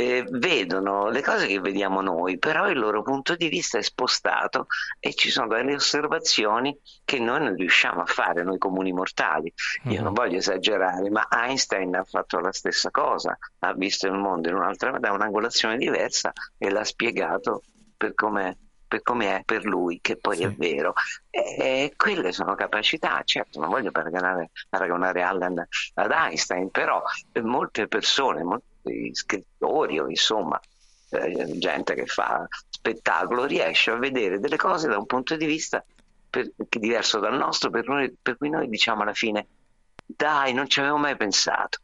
Vedono le cose che vediamo noi, però il loro punto di vista è spostato, e ci sono delle osservazioni che noi non riusciamo a fare, noi comuni mortali. Io non voglio esagerare, ma Einstein ha fatto la stessa cosa, ha visto il mondo da un'angolazione diversa e l'ha spiegato per come è per lui, che poi è vero. E quelle sono capacità. Certo, non voglio paragonare Allen ad Einstein, però molte persone, molti scrittori, o insomma gente che fa spettacolo, riesce a vedere delle cose da un punto di vista diverso dal nostro, per cui noi diciamo alla fine: dai, non ci avevo mai pensato.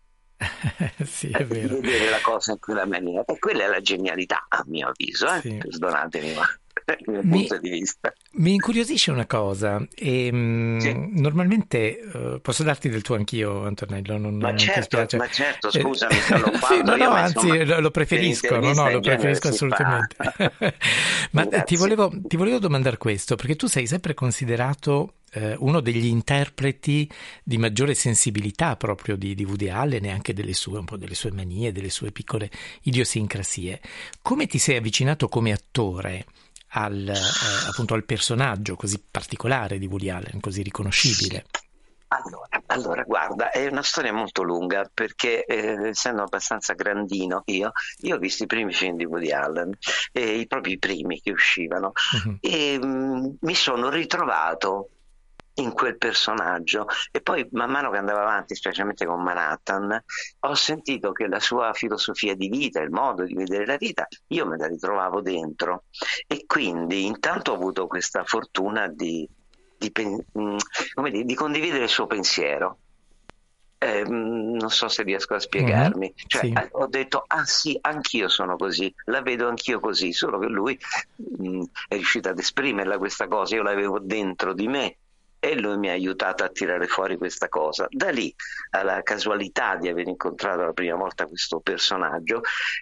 Sì, è vero. Vedere la cosa in quella maniera, e quella è la genialità, a mio avviso, perdonatemi, ma punto di vista. Mi incuriosisce una cosa, e normalmente posso darti del tuo anch'io, Antonello, non ti spiace? Ma certo, scusami se l'ho fatto. Anzi, lo preferisco, lo preferisco assolutamente. Ma ti volevo domandare questo, perché tu sei sempre considerato uno degli interpreti di maggiore sensibilità proprio di Woody Allen e anche un po' delle sue manie, delle sue piccole idiosincrasie. Come ti sei avvicinato come attore appunto al personaggio così particolare di Woody Allen, così riconoscibile? Allora, guarda, è una storia molto lunga perché essendo abbastanza grandino io ho visto i primi film di Woody Allen, proprio i primi che uscivano, e mi sono ritrovato in quel personaggio, e poi man mano che andavo avanti, specialmente con Manhattan, ho sentito che la sua filosofia di vita, il modo di vedere la vita, io me la ritrovavo dentro, e quindi intanto ho avuto questa fortuna di condividere il suo pensiero. Non so se riesco a spiegarmi. Cioè, sì. Ho detto, sì, anch'io sono così, la vedo anch'io così, solo che lui è riuscito ad esprimerla questa cosa, io l'avevo dentro di me e lui mi ha aiutato a tirare fuori questa cosa. Da lì alla casualità di aver incontrato la prima volta questo personaggio,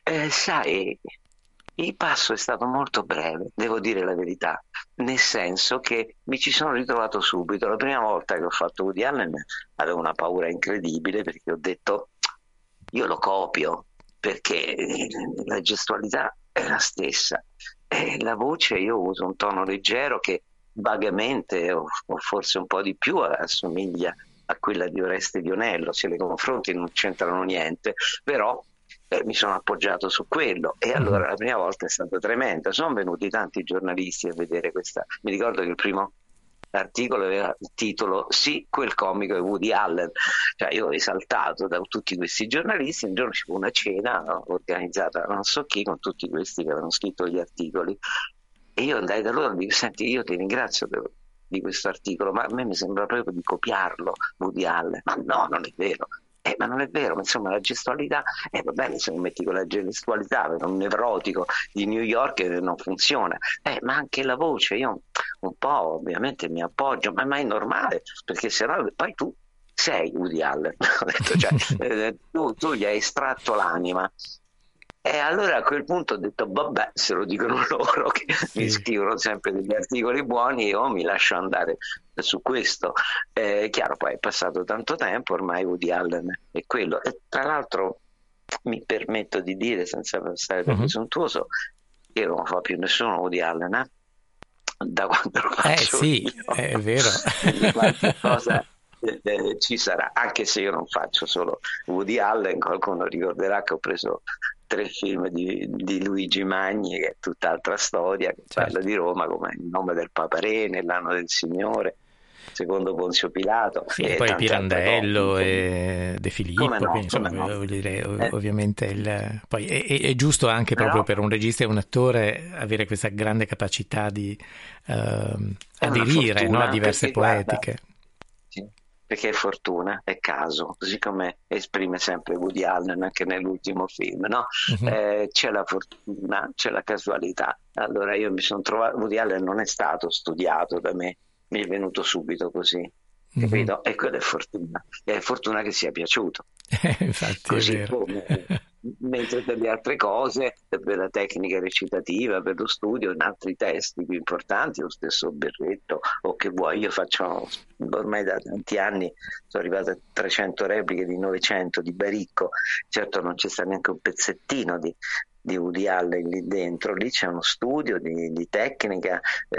sai, il passo è stato molto breve, devo dire la verità, nel senso che mi ci sono ritrovato subito. La prima volta che ho fatto Woody Allen avevo una paura incredibile, perché ho detto io lo copio, perché la gestualità è la stessa, la voce, io uso un tono leggero che vagamente o forse un po' di più assomiglia a quella di Oreste Dionello, se le confronti non c'entrano niente, però mi sono appoggiato su quello, e allora la prima volta è stato tremendo. Sono venuti tanti giornalisti a vedere questa. Mi ricordo che il primo articolo aveva il titolo "Sì, quel comico è Woody Allen", cioè io ho esaltato da tutti questi giornalisti. Un giorno ci fu una cena organizzata da non so chi con tutti questi che avevano scritto gli articoli, e io andai da loro e dico: senti, io ti ringrazio di questo articolo, ma a me mi sembra proprio di copiarlo Woody Allen. Ma no, non è vero. Ma non è vero, insomma la gestualità, va bene se non metti con la gestualità per un nevrotico di New York non funziona, ma anche la voce, io un po' ovviamente mi appoggio, ma è normale, perché sennò poi tu sei Woody Allen. Ho detto, cioè, tu gli hai estratto l'anima. E allora a quel punto ho detto, vabbè, se lo dicono loro che mi scrivono sempre degli articoli buoni, io mi lascio andare su questo. Chiaro, poi è passato tanto tempo, ormai Woody Allen è quello. E tra l'altro mi permetto di dire, senza essere presuntuoso, che io non fa più nessuno Woody Allen, da quando lo faccio sì, io. È vero. Qualche cosa ci sarà, anche se io non faccio solo Woody Allen. Qualcuno ricorderà che ho preso 3 film di Luigi Magni, che è tutt'altra storia, che parla di Roma, come Il nome del Paparè, Nell'anno del Signore, Secondo Ponzio Pilato, e poi Pirandello e De Filippo, quindi, insomma, voglio dire, ovviamente poi è giusto anche proprio per un regista e un attore avere questa grande capacità di aderire, a diverse poetiche. Perché è fortuna, è caso, così come esprime sempre Woody Allen anche nell'ultimo film, no? C'è la fortuna, c'è la casualità. Allora io mi sono trovato, Woody Allen non è stato studiato da me, mi è venuto subito così, capito? E quella è fortuna che sia piaciuto. Infatti così è vero. Come, mentre per le altre cose, per la tecnica recitativa, per lo studio, in altri testi più importanti, lo stesso Berretto o che vuoi, io faccio ormai da tanti anni, sono arrivato a 300 repliche di 900 di Baricco, certo non c'è sta neanche un pezzettino di Woody Allen lì dentro, lì c'è uno studio di tecnica,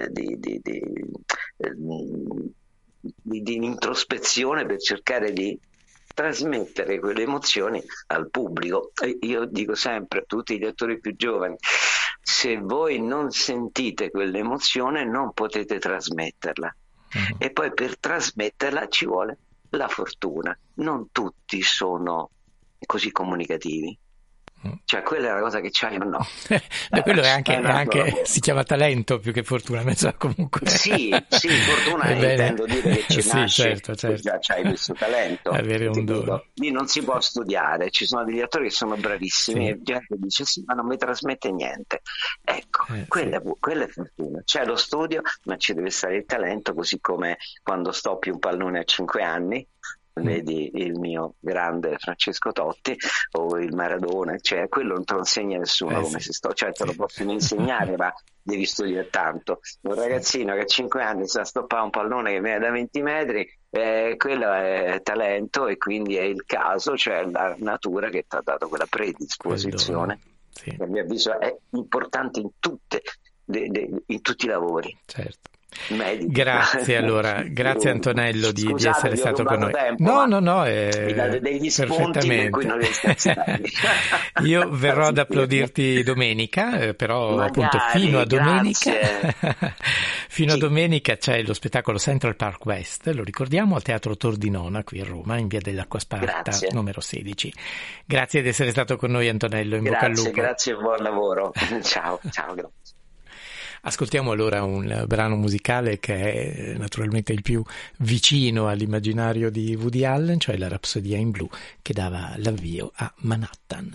di introspezione per cercare di trasmettere quelle emozioni al pubblico. Io dico sempre a tutti gli attori più giovani: se voi non sentite quell'emozione non potete trasmetterla, e poi per trasmetterla ci vuole la fortuna. Non tutti sono così comunicativi, cioè quella è una cosa che c'hai o no. Quello è anche si chiama talento più che fortuna, comunque. Sì, fortuna intendo dire che ci nasce, certo. già c'hai questo talento, avere un dono. Lì non si può studiare, ci sono degli attori che sono bravissimi e gente dice sì, ma non mi trasmette niente. Ecco, quella è fortuna. C'è lo studio, ma ci deve stare il talento, così come quando stoppi un pallone a 5 anni vedi il mio grande Francesco Totti o il Maradona, cioè quello non te lo insegna nessuno come si sta, cioè te lo possono insegnare ma devi studiare tanto. Un ragazzino che a 5 anni sa stoppare un pallone che viene da 20 metri, quello è talento, e quindi è il caso, cioè la natura che ti ha dato quella predisposizione, che a mio avviso è importante in tutti i lavori. Certo. Medici. Grazie allora, grazie Antonello di essere stato con noi. Tempo, no, mi date degli spunti per cui non riesco a starmi. Io verrò ad applaudirti domenica, però magari, appunto fino a domenica fino a domenica c'è lo spettacolo Central Park West, lo ricordiamo, al Teatro Tordinona qui a Roma, in via dell'Acquasparta numero 16. Grazie di essere stato con noi Antonello, in bocca al lupo. Grazie e buon lavoro. Ciao, grazie. Ascoltiamo allora un brano musicale che è naturalmente il più vicino all'immaginario di Woody Allen, cioè la Rapsodia in blu, che dava l'avvio a Manhattan.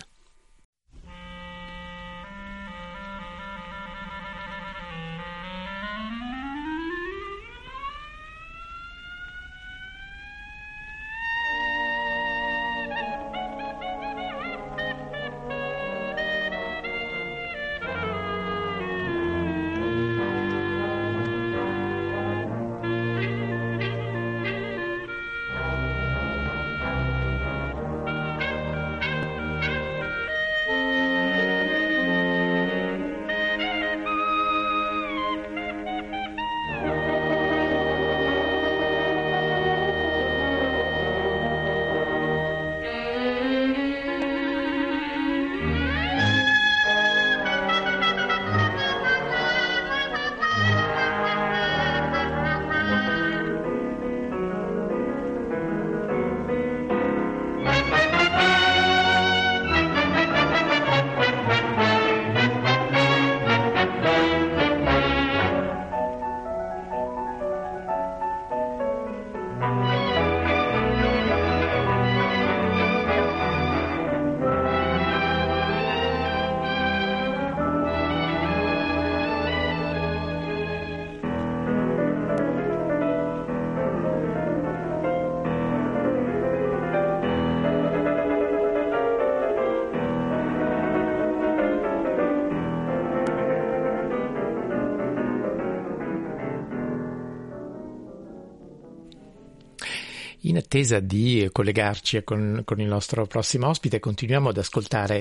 In attesa di collegarci con il nostro prossimo ospite, continuiamo ad ascoltare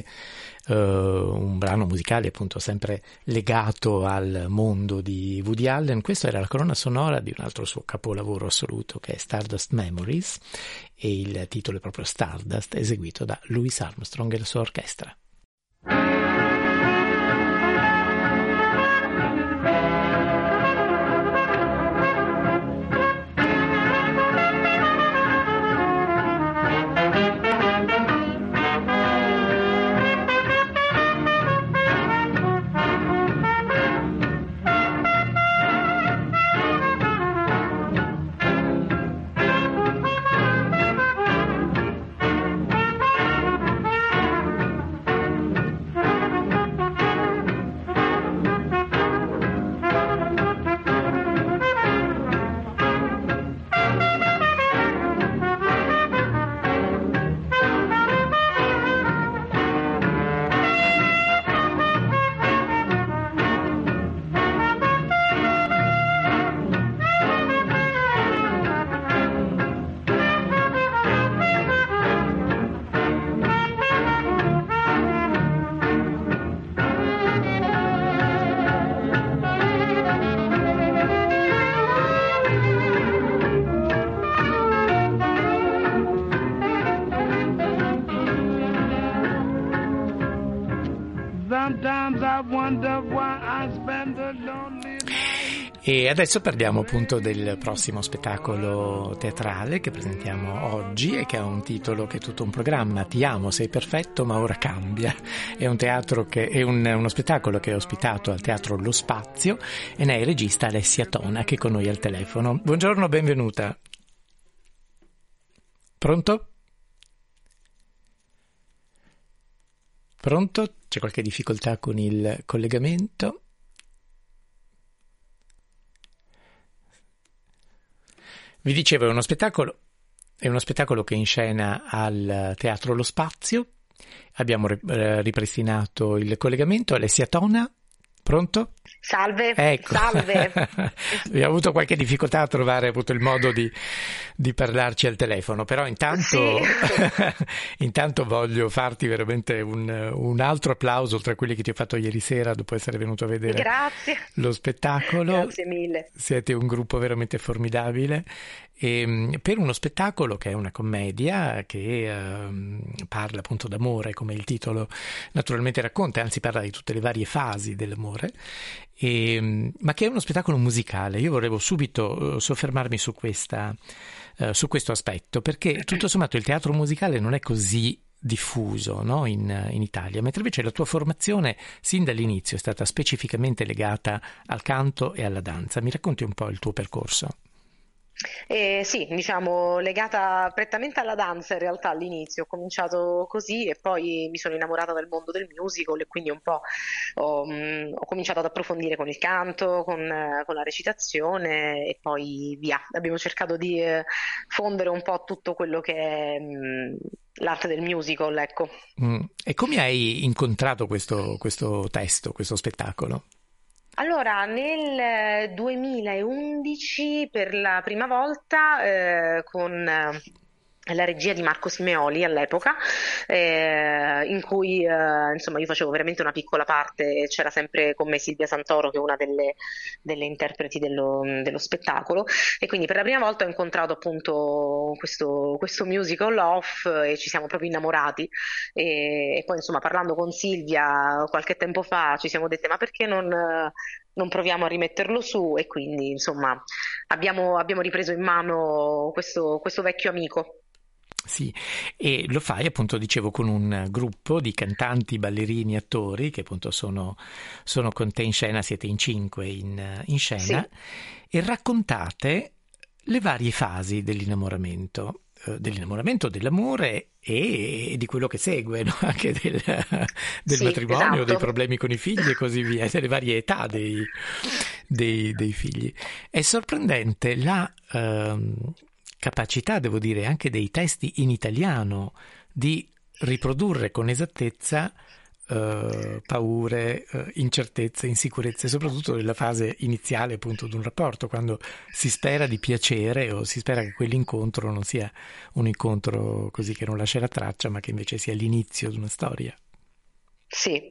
un brano musicale appunto sempre legato al mondo di Woody Allen. Questa era la colonna sonora di un altro suo capolavoro assoluto, che è Stardust Memories, e il titolo è proprio Stardust, eseguito da Louis Armstrong e la sua orchestra. E adesso parliamo appunto del prossimo spettacolo teatrale che presentiamo oggi e che ha un titolo che è tutto un programma: Ti amo, sei perfetto, ma ora cambia. È un teatro che è uno spettacolo che è ospitato al Teatro Lo Spazio e ne è regista Alessia Tona, che è con noi al telefono. Buongiorno, benvenuta. Pronto? Pronto? C'è qualche difficoltà con il collegamento? Vi dicevo, è uno spettacolo è uno spettacolo che è in scena al Teatro Lo Spazio. Abbiamo ripristinato il collegamento. Alessia Tona, pronto? Salve, ecco. Salve. Abbiamo avuto qualche difficoltà a trovare appunto il modo di parlarci al telefono, però intanto, intanto voglio farti veramente un altro applauso oltre a quelli che ti ho fatto ieri sera dopo essere venuto a vedere lo spettacolo. Grazie mille. Siete un gruppo veramente formidabile. E per uno spettacolo che è una commedia che parla appunto d'amore, come il titolo naturalmente racconta, anzi parla di tutte le varie fasi dell'amore, ma che è uno spettacolo musicale. Io volevo subito soffermarmi su questo aspetto, perché tutto sommato il teatro musicale non è così diffuso, no? in Italia, mentre invece la tua formazione sin dall'inizio è stata specificamente legata al canto e alla danza. Mi racconti un po' il tuo percorso? Sì, diciamo legata prettamente alla danza in realtà all'inizio, ho cominciato così e poi mi sono innamorata del mondo del musical e quindi un po' ho cominciato ad approfondire con il canto, con la recitazione e poi via. Abbiamo cercato di fondere un po' tutto quello che è l'arte del musical, ecco. E come hai incontrato questo testo, questo spettacolo? Allora, nel 2011 per la prima volta con la regia di Marco Simeoli all'epoca, in cui insomma io facevo veramente una piccola parte, c'era sempre con me Silvia Santoro che è una delle interpreti dello spettacolo, e quindi per la prima volta ho incontrato appunto questo musical off e ci siamo proprio innamorati e poi insomma parlando con Silvia qualche tempo fa ci siamo dette ma perché non proviamo a rimetterlo su, e quindi insomma abbiamo ripreso in mano questo vecchio amico. Sì, e lo fai appunto, dicevo, con un gruppo di cantanti, ballerini, attori che appunto sono con te in scena, siete in 5 in scena, sì. E raccontate le varie fasi dell'innamoramento, dell'amore e di quello che segue, no? Anche del sì, matrimonio, esatto. Dei problemi con i figli e così via, delle varie età dei figli. È sorprendente la capacità, devo dire, anche dei testi in italiano di riprodurre con esattezza paure, incertezze, insicurezze, soprattutto nella fase iniziale appunto di un rapporto, quando si spera di piacere o si spera che quell'incontro non sia un incontro così che non lascerà traccia, ma che invece sia l'inizio di una storia. Sì.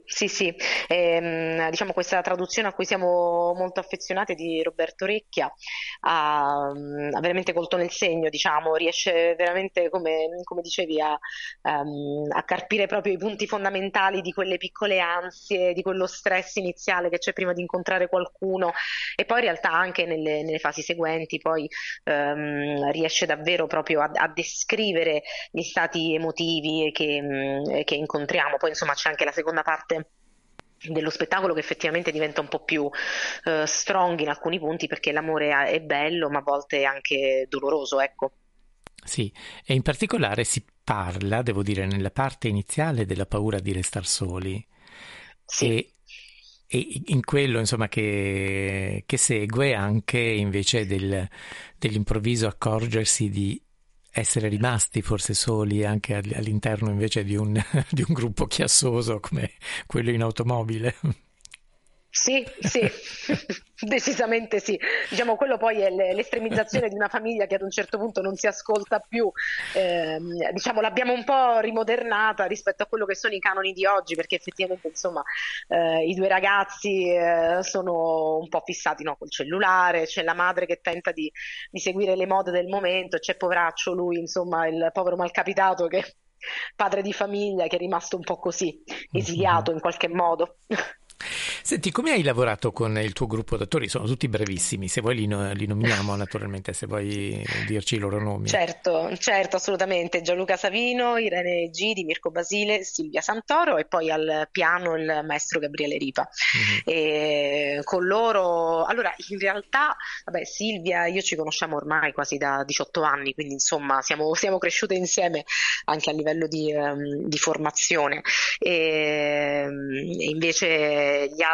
Diciamo questa traduzione a cui siamo molto affezionati di Roberto Recchia ha veramente colto nel segno, diciamo, riesce veramente, come dicevi, a carpire proprio i punti fondamentali di quelle piccole ansie, di quello stress iniziale che c'è prima di incontrare qualcuno, e poi in realtà anche nelle fasi seguenti poi riesce davvero proprio a descrivere gli stati emotivi che incontriamo. Poi insomma c'è anche la seconda parte dello spettacolo che effettivamente diventa un po' più strong in alcuni punti, perché l'amore è bello ma a volte è anche doloroso, ecco. Sì, e in particolare si parla, devo dire, nella parte iniziale della paura di restar soli. Sì. E in quello insomma che segue anche invece dell'improvviso accorgersi di essere rimasti forse soli anche all'interno invece di un gruppo chiassoso come quello in automobile. Sì, decisamente sì. Diciamo quello poi è l'estremizzazione di una famiglia che ad un certo punto non si ascolta più. Diciamo l'abbiamo un po' rimodernata rispetto a quello che sono i canoni di oggi, perché effettivamente insomma i due ragazzi sono un po' fissati, no, col cellulare, c'è la madre che tenta di seguire le mode del momento, c'è poveraccio lui, insomma il povero malcapitato che padre di famiglia che è rimasto un po' così, esiliato in qualche modo. Senti, come hai lavorato con il tuo gruppo d'attori? Sono tutti brevissimi, se vuoi li nominiamo naturalmente, se vuoi dirci i loro nomi. Certo, assolutamente. Gianluca Savino, Irene Gidi, Mirko Basile, Silvia Santoro e poi al piano il maestro Gabriele Ripa. Mm-hmm. E con loro, allora in realtà, Silvia e io ci conosciamo ormai quasi da 18 anni, quindi insomma siamo cresciute insieme anche a livello di formazione. E invece gli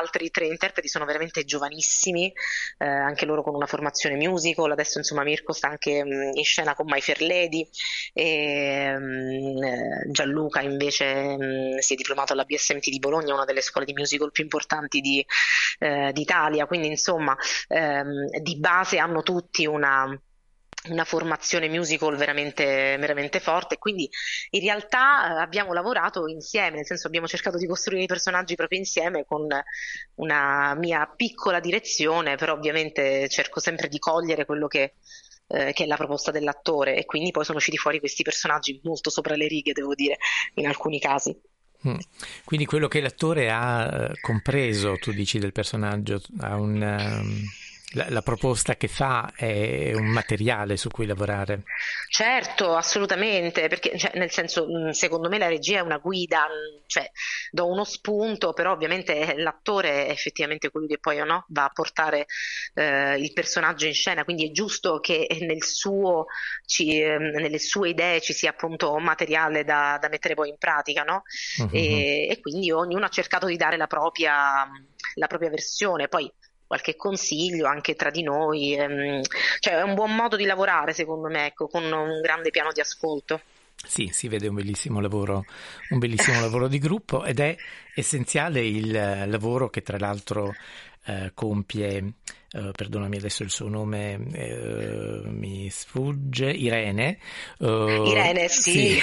altri 3 interpreti sono veramente giovanissimi, anche loro con una formazione musical. Adesso insomma Mirko sta anche in scena con My Fair Lady, e Gianluca invece si è diplomato alla BSMT di Bologna, una delle scuole di musical più importanti d'Italia, quindi insomma di base hanno tutti una formazione musical veramente, veramente forte, quindi in realtà abbiamo lavorato insieme, nel senso abbiamo cercato di costruire i personaggi proprio insieme con una mia piccola direzione, però ovviamente cerco sempre di cogliere quello che è la proposta dell'attore, e quindi poi sono usciti fuori questi personaggi molto sopra le righe, devo dire, in alcuni casi. Quindi quello che l'attore ha compreso, tu dici, del personaggio, ha la proposta che fa è un materiale su cui lavorare. Certo, assolutamente, perché nel senso, secondo me la regia è una guida, cioè do uno spunto, però ovviamente l'attore è effettivamente colui che poi va a portare il personaggio in scena, quindi è giusto che nelle sue idee ci sia appunto materiale da mettere poi in pratica, no? Uh-huh. E quindi ognuno ha cercato di dare la propria versione, poi qualche consiglio anche tra di noi, cioè è un buon modo di lavorare secondo me, ecco, con un grande piano di ascolto. Sì, si vede un bellissimo lavoro di gruppo, ed è essenziale il lavoro che tra l'altro compie, perdonami adesso il suo nome mi sfugge, Irene, sì.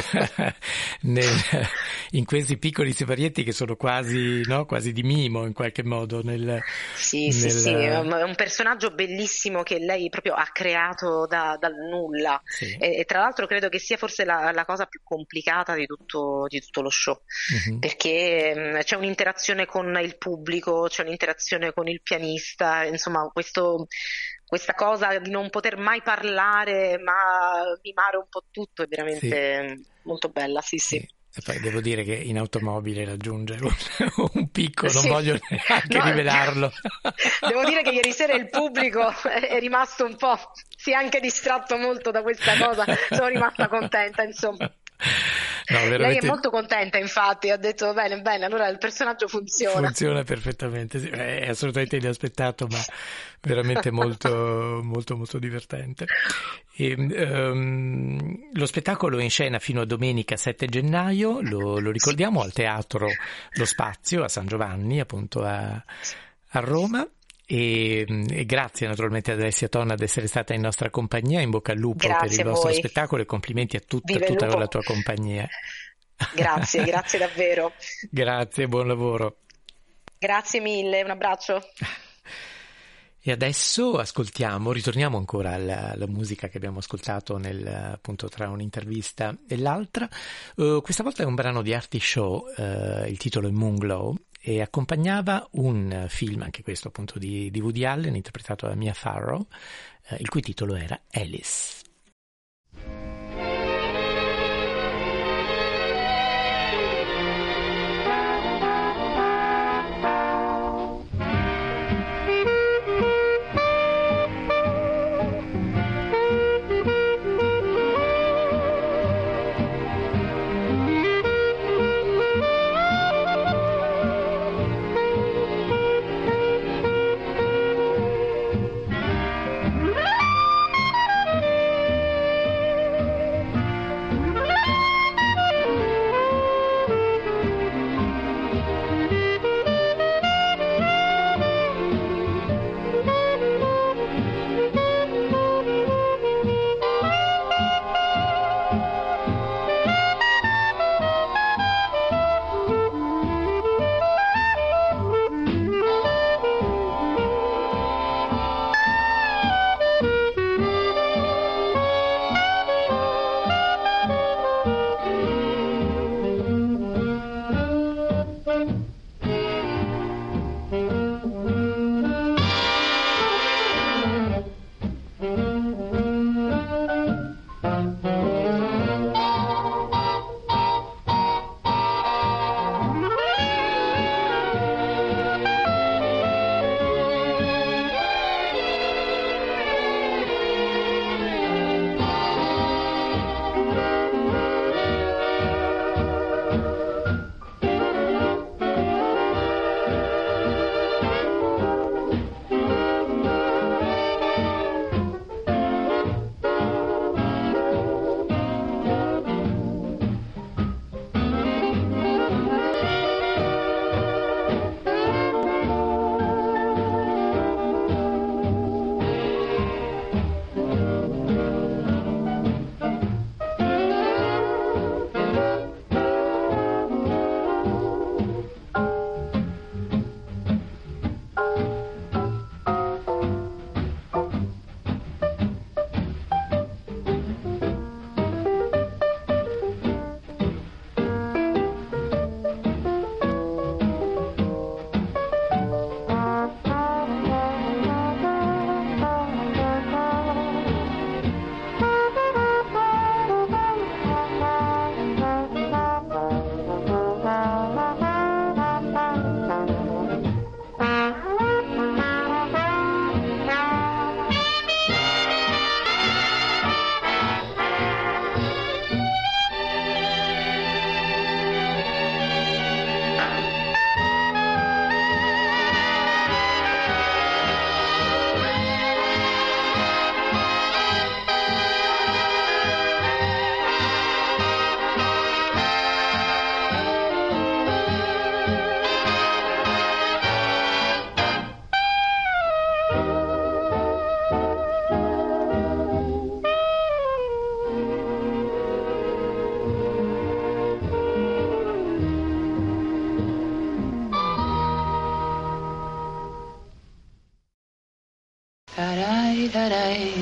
In questi piccoli siparietti che sono quasi di mimo in qualche modo sì, è un personaggio bellissimo che lei proprio ha creato dal nulla, sì. E tra l'altro credo che sia forse la cosa più complicata di tutto lo show, perché c'è un'interazione con il pubblico, c'è un'interazione con il pianista, insomma questa cosa di non poter mai parlare ma mimare un po' tutto è veramente molto bella, sì. E poi devo dire che in automobile raggiunge un picco, non voglio neanche rivelarlo. Devo dire che ieri sera il pubblico è rimasto un po', si è anche distratto molto da questa cosa, sono rimasta contenta, insomma. No, veramente... Lei è molto contenta, infatti, ha detto bene, allora il personaggio funziona perfettamente, sì. È assolutamente inaspettato, ma veramente molto molto molto divertente. Lo spettacolo è in scena fino a domenica 7 gennaio, lo ricordiamo al Teatro Lo Spazio a San Giovanni, appunto a Roma. E grazie naturalmente ad Alessia Tonna ad essere stata in nostra compagnia, in bocca al lupo per il vostro spettacolo, e complimenti a tutta la tua compagnia. Grazie davvero. Grazie, buon lavoro. Grazie mille, un abbraccio. E adesso ritorniamo ancora alla musica che abbiamo ascoltato appunto tra un'intervista e l'altra. Questa volta è un brano di Artie Shaw, il titolo è Moonglow, e accompagnava un film, anche questo appunto di Woody Allen, interpretato da Mia Farrow, il cui titolo era Alice.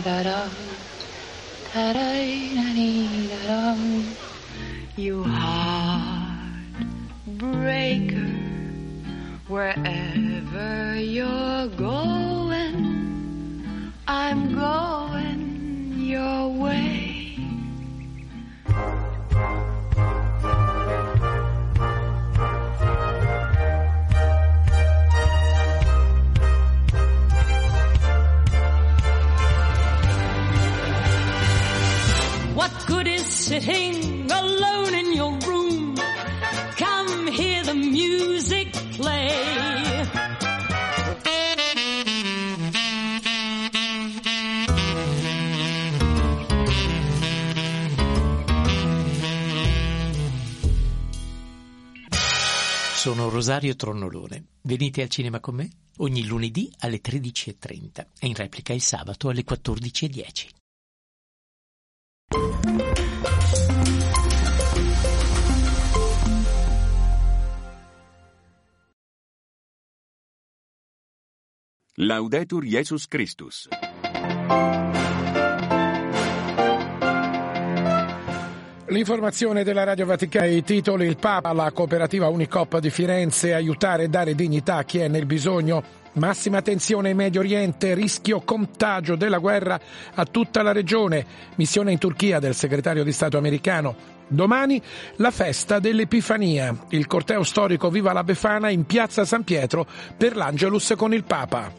You heartbreaker, wherever you're going, I'm going your way. What good is sitting alone in your room? Come hear the music play. Sono Rosario Tronnolone. Venite al cinema con me ogni lunedì alle 13:30 e in replica il sabato alle 14:10. Laudetur Jesus Christus. L'informazione della Radio Vaticana, i titoli: il Papa, la cooperativa Unicoop di Firenze, aiutare e dare dignità a chi è nel bisogno. Massima tensione in Medio Oriente, rischio contagio della guerra a tutta la regione. Missione in Turchia del segretario di Stato americano. Domani la festa dell'Epifania, il corteo storico Viva la Befana in piazza San Pietro per l'Angelus con il Papa.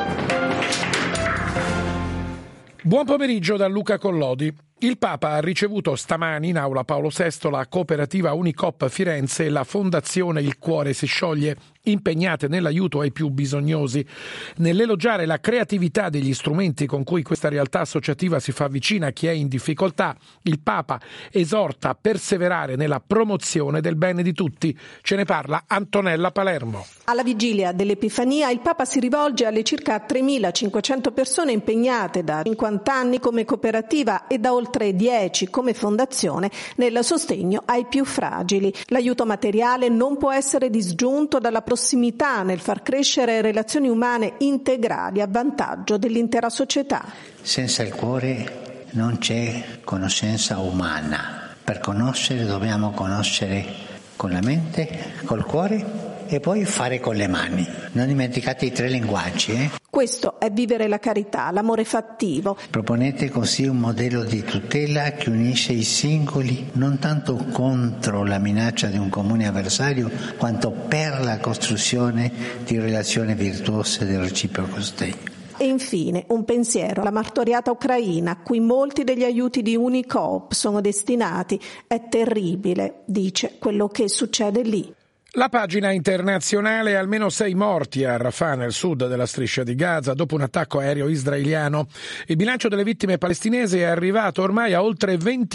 Buon pomeriggio da Luca Collodi. Il Papa ha ricevuto stamani in aula Paolo VI la cooperativa Unicoop Firenze e la fondazione Il Cuore si scioglie, impegnate nell'aiuto ai più bisognosi. Nell'elogiare la creatività degli strumenti con cui questa realtà associativa si fa vicina a chi è in difficoltà, il Papa esorta a perseverare nella promozione del bene di tutti. Ce ne parla Antonella Palermo. Alla vigilia dell'Epifania il Papa si rivolge alle circa 3.500 persone impegnate da 50 anni come cooperativa e da oltre 10 come fondazione nel sostegno ai più fragili. L'aiuto materiale non può essere disgiunto dalla prossimità nel far crescere relazioni umane integrali a vantaggio dell'intera società. Senza il cuore non c'è conoscenza umana. Per conoscere dobbiamo conoscere con la mente, col cuore e poi fare con le mani. Non dimenticate i 3 linguaggi. Questo è vivere la carità, l'amore fattivo. Proponete così un modello di tutela che unisce i singoli non tanto contro la minaccia di un comune avversario, quanto per la costruzione di relazioni virtuose del reciproco sostegno. E infine un pensiero alla martoriata Ucraina, a cui molti degli aiuti di Unicoop sono destinati. È terribile, dice, quello che succede lì. La pagina internazionale: almeno 6 morti a Rafah nel sud della striscia di Gaza dopo un attacco aereo israeliano. Il bilancio delle vittime palestinesi è arrivato ormai a oltre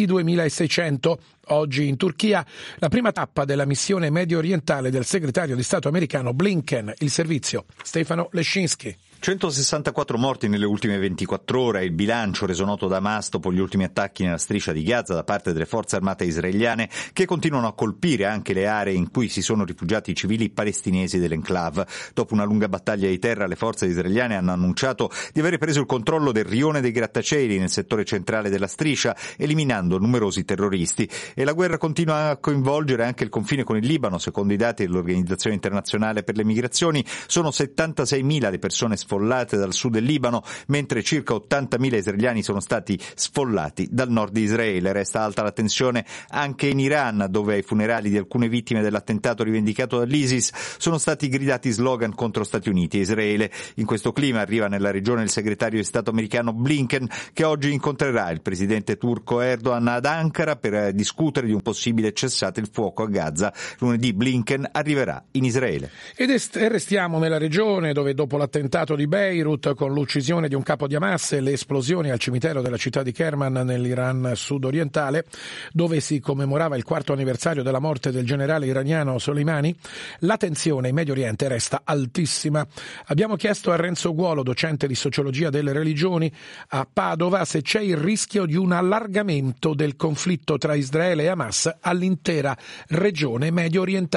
22.600. Oggi in Turchia la prima tappa della missione medio orientale del segretario di Stato americano Blinken. Il servizio Stefano Lescinski. 164 morti nelle ultime 24 ore, il bilancio reso noto da Hamas dopo gli ultimi attacchi nella striscia di Gaza da parte delle forze armate israeliane, che continuano a colpire anche le aree in cui si sono rifugiati i civili palestinesi dell'enclave. Dopo una lunga battaglia di terra, le forze israeliane hanno annunciato di aver preso il controllo del rione dei grattacieli nel settore centrale della striscia, eliminando numerosi terroristi. E la guerra continua a coinvolgere anche il confine con il Libano. Secondo i dati dell'Organizzazione Internazionale per le Migrazioni, sono 76.000 le persone sfollate dal sud del Libano, mentre circa 80.000 israeliani sono stati sfollati dal nord di Israele. Resta alta la tensione anche in Iran, dove ai funerali di alcune vittime dell'attentato rivendicato dall'ISIS sono stati gridati slogan contro Stati Uniti e Israele. In questo clima arriva nella regione il segretario di Stato americano Blinken, che oggi incontrerà il presidente turco Erdogan ad Ankara per discutere di un possibile cessate il fuoco a Gaza. Lunedì Blinken arriverà in Israele. E restiamo nella regione dove, dopo l'attentato di Beirut con l'uccisione di un capo di Hamas e le esplosioni al cimitero della città di Kerman nell'Iran sudorientale, dove si commemorava il 4° anniversario della morte del generale iraniano Soleimani, la tensione in Medio Oriente resta altissima. Abbiamo chiesto a Renzo Guolo, docente di sociologia delle religioni a Padova, se c'è il rischio di un allargamento del conflitto tra Israele e Hamas all'intera regione medio orientale.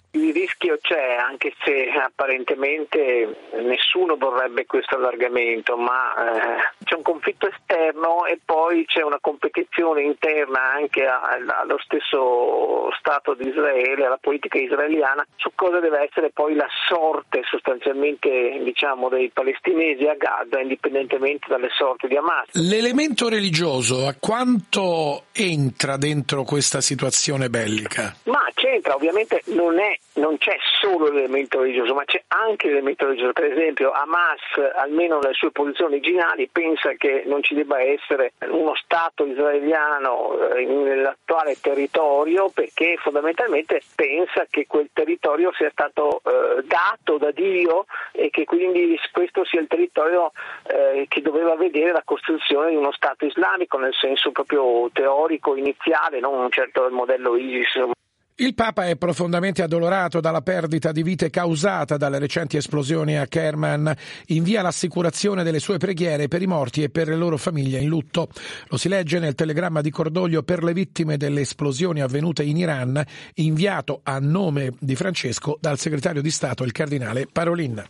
Il rischio c'è, anche se apparentemente nessuno vorrebbe questo allargamento, ma c'è un conflitto esterno e poi c'è una competizione interna anche allo stesso Stato di Israele, alla politica israeliana, su cosa deve essere poi la sorte sostanzialmente, diciamo, dei palestinesi a Gaza, indipendentemente dalle sorti di Hamas. L'elemento religioso a quanto entra dentro questa situazione bellica? Ma c'entra, ovviamente non c'è solo l'elemento religioso, ma c'è anche l'elemento religioso. Per esempio Hamas, almeno nelle sue posizioni originali, pensa che non ci debba essere uno Stato israeliano nell'attuale territorio, perché fondamentalmente pensa che quel territorio sia stato dato da Dio e che quindi questo sia il territorio che doveva vedere la costruzione di uno Stato islamico nel senso proprio teorico iniziale, non certo il modello ISIS. Il Papa è profondamente addolorato dalla perdita di vite causata dalle recenti esplosioni a Kerman. Invia l'assicurazione delle sue preghiere per i morti e per le loro famiglie in lutto. Lo si legge nel telegramma di cordoglio per le vittime delle esplosioni avvenute in Iran, inviato a nome di Francesco dal segretario di Stato, il cardinale Parolin.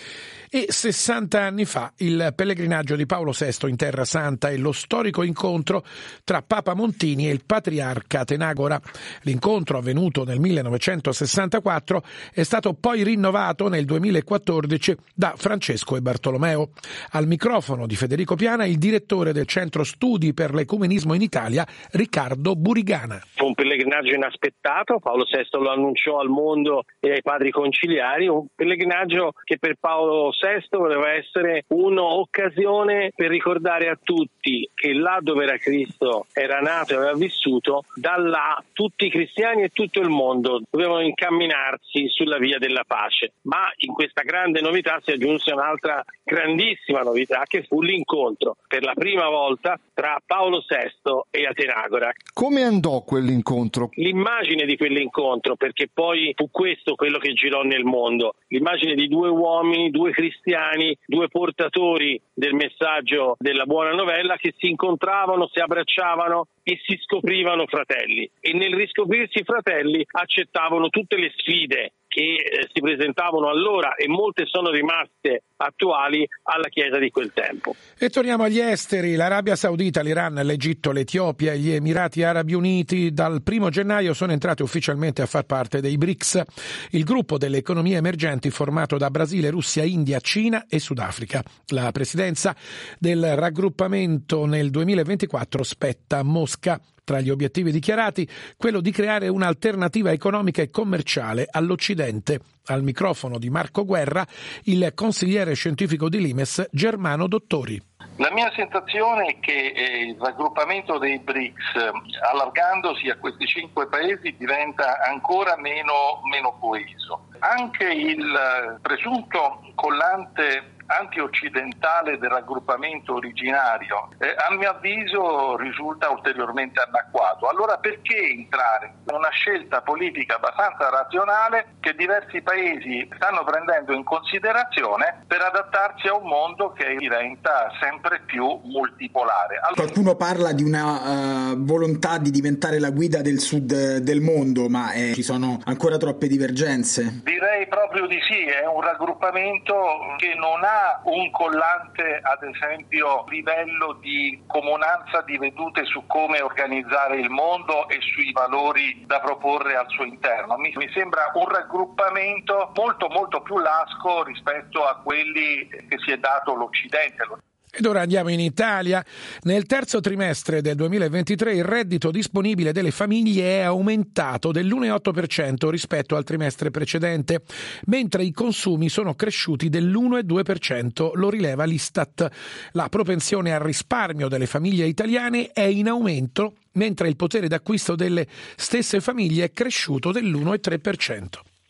E 60 anni fa il pellegrinaggio di Paolo VI in Terra Santa e lo storico incontro tra Papa Montini e il patriarca Atenagora. L'incontro, avvenuto nel 1964, è stato poi rinnovato nel 2014 da Francesco e Bartolomeo. Al microfono di Federico Piana il direttore del Centro Studi per l'Ecumenismo in Italia, Riccardo Burigana. Fu un pellegrinaggio inaspettato, Paolo VI lo annunciò al mondo e ai padri conciliari, un pellegrinaggio che per Paolo VI voleva essere un'occasione per ricordare a tutti che là dove era Cristo era nato e aveva vissuto, da là tutti i cristiani e tutto il mondo dovevano incamminarsi sulla via della pace. Ma in questa grande novità si aggiunse un'altra grandissima novità, che fu l'incontro per la prima volta tra Paolo VI e Atenagora. Come andò quell'incontro? L'immagine di quell'incontro, perché poi fu questo quello che girò nel mondo, l'immagine di due uomini, due cristiani, due portatori del messaggio della buona novella che si incontravano, si abbracciavano e si scoprivano fratelli, e nel riscoprirsi fratelli accettavano tutte le sfide che si presentavano allora, e molte sono rimaste attuali alla Chiesa di quel tempo. E torniamo agli esteri. L'Arabia Saudita, l'Iran, l'Egitto, l'Etiopia e gli Emirati Arabi Uniti dal 1 gennaio sono entrati ufficialmente a far parte dei BRICS, il gruppo delle economie emergenti formato da Brasile, Russia, India, Cina e Sudafrica. La presidenza del raggruppamento nel 2024 spetta a Mosca. Tra gli obiettivi dichiarati, quello di creare un'alternativa economica e commerciale all'Occidente. Al microfono di Marco Guerra, il consigliere scientifico di Limes, Germano Dottori. La mia sensazione è che il raggruppamento dei BRICS, allargandosi a questi 5 paesi, diventa ancora meno coeso. Anche il presunto collante anti-occidentale del raggruppamento originario, a mio avviso risulta ulteriormente anacquato. Allora perché entrare in una scelta politica abbastanza razionale che diversi paesi stanno prendendo in considerazione per adattarsi a un mondo che diventa sempre più multipolare? Qualcuno parla di una volontà di diventare la guida del sud del mondo, ma ci sono ancora troppe divergenze? Direi proprio di sì, è un raggruppamento che non ha un collante, ad esempio, livello di comunanza di vedute su come organizzare il mondo e sui valori da proporre al suo interno. Mi sembra un raggruppamento molto più lasco rispetto a quelli che si è dato l'Occidente. Ed ora andiamo in Italia. Nel terzo trimestre del 2023 il reddito disponibile delle famiglie è aumentato dell'1,8% rispetto al trimestre precedente, mentre i consumi sono cresciuti dell'1,2%, lo rileva l'Istat. La propensione al risparmio delle famiglie italiane è in aumento, mentre il potere d'acquisto delle stesse famiglie è cresciuto dell'1,3%.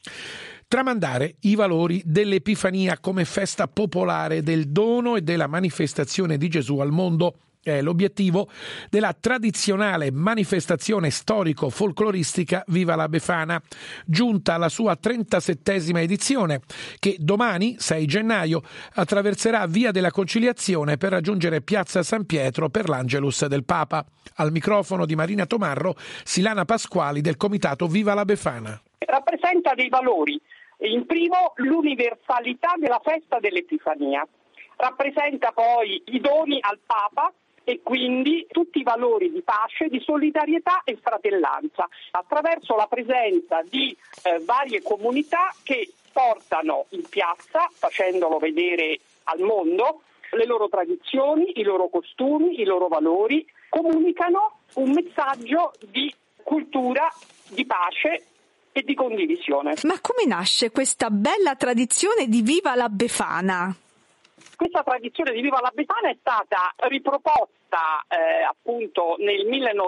Tramandare i valori dell'Epifania come festa popolare del dono e della manifestazione di Gesù al mondo è l'obiettivo della tradizionale manifestazione storico-folcloristica Viva la Befana, giunta alla sua 37esima edizione, che domani, 6 gennaio, attraverserà Via della Conciliazione per raggiungere Piazza San Pietro per l'Angelus del Papa. Al microfono di Marina Tomarro, Silana Pasquali del comitato Viva la Befana. Rappresenta presenta dei valori. In primo, l'universalità della festa dell'Epifania. Rappresenta poi i doni al Papa e quindi tutti i valori di pace, di solidarietà e fratellanza, attraverso la presenza di varie comunità che portano in piazza, facendolo vedere al mondo, le loro tradizioni, i loro costumi, i loro valori, comunicano un messaggio di cultura, di pace e di condivisione. Ma come nasce questa bella tradizione di Viva la Befana? Questa tradizione di Viva la Befana è stata riproposta appunto nel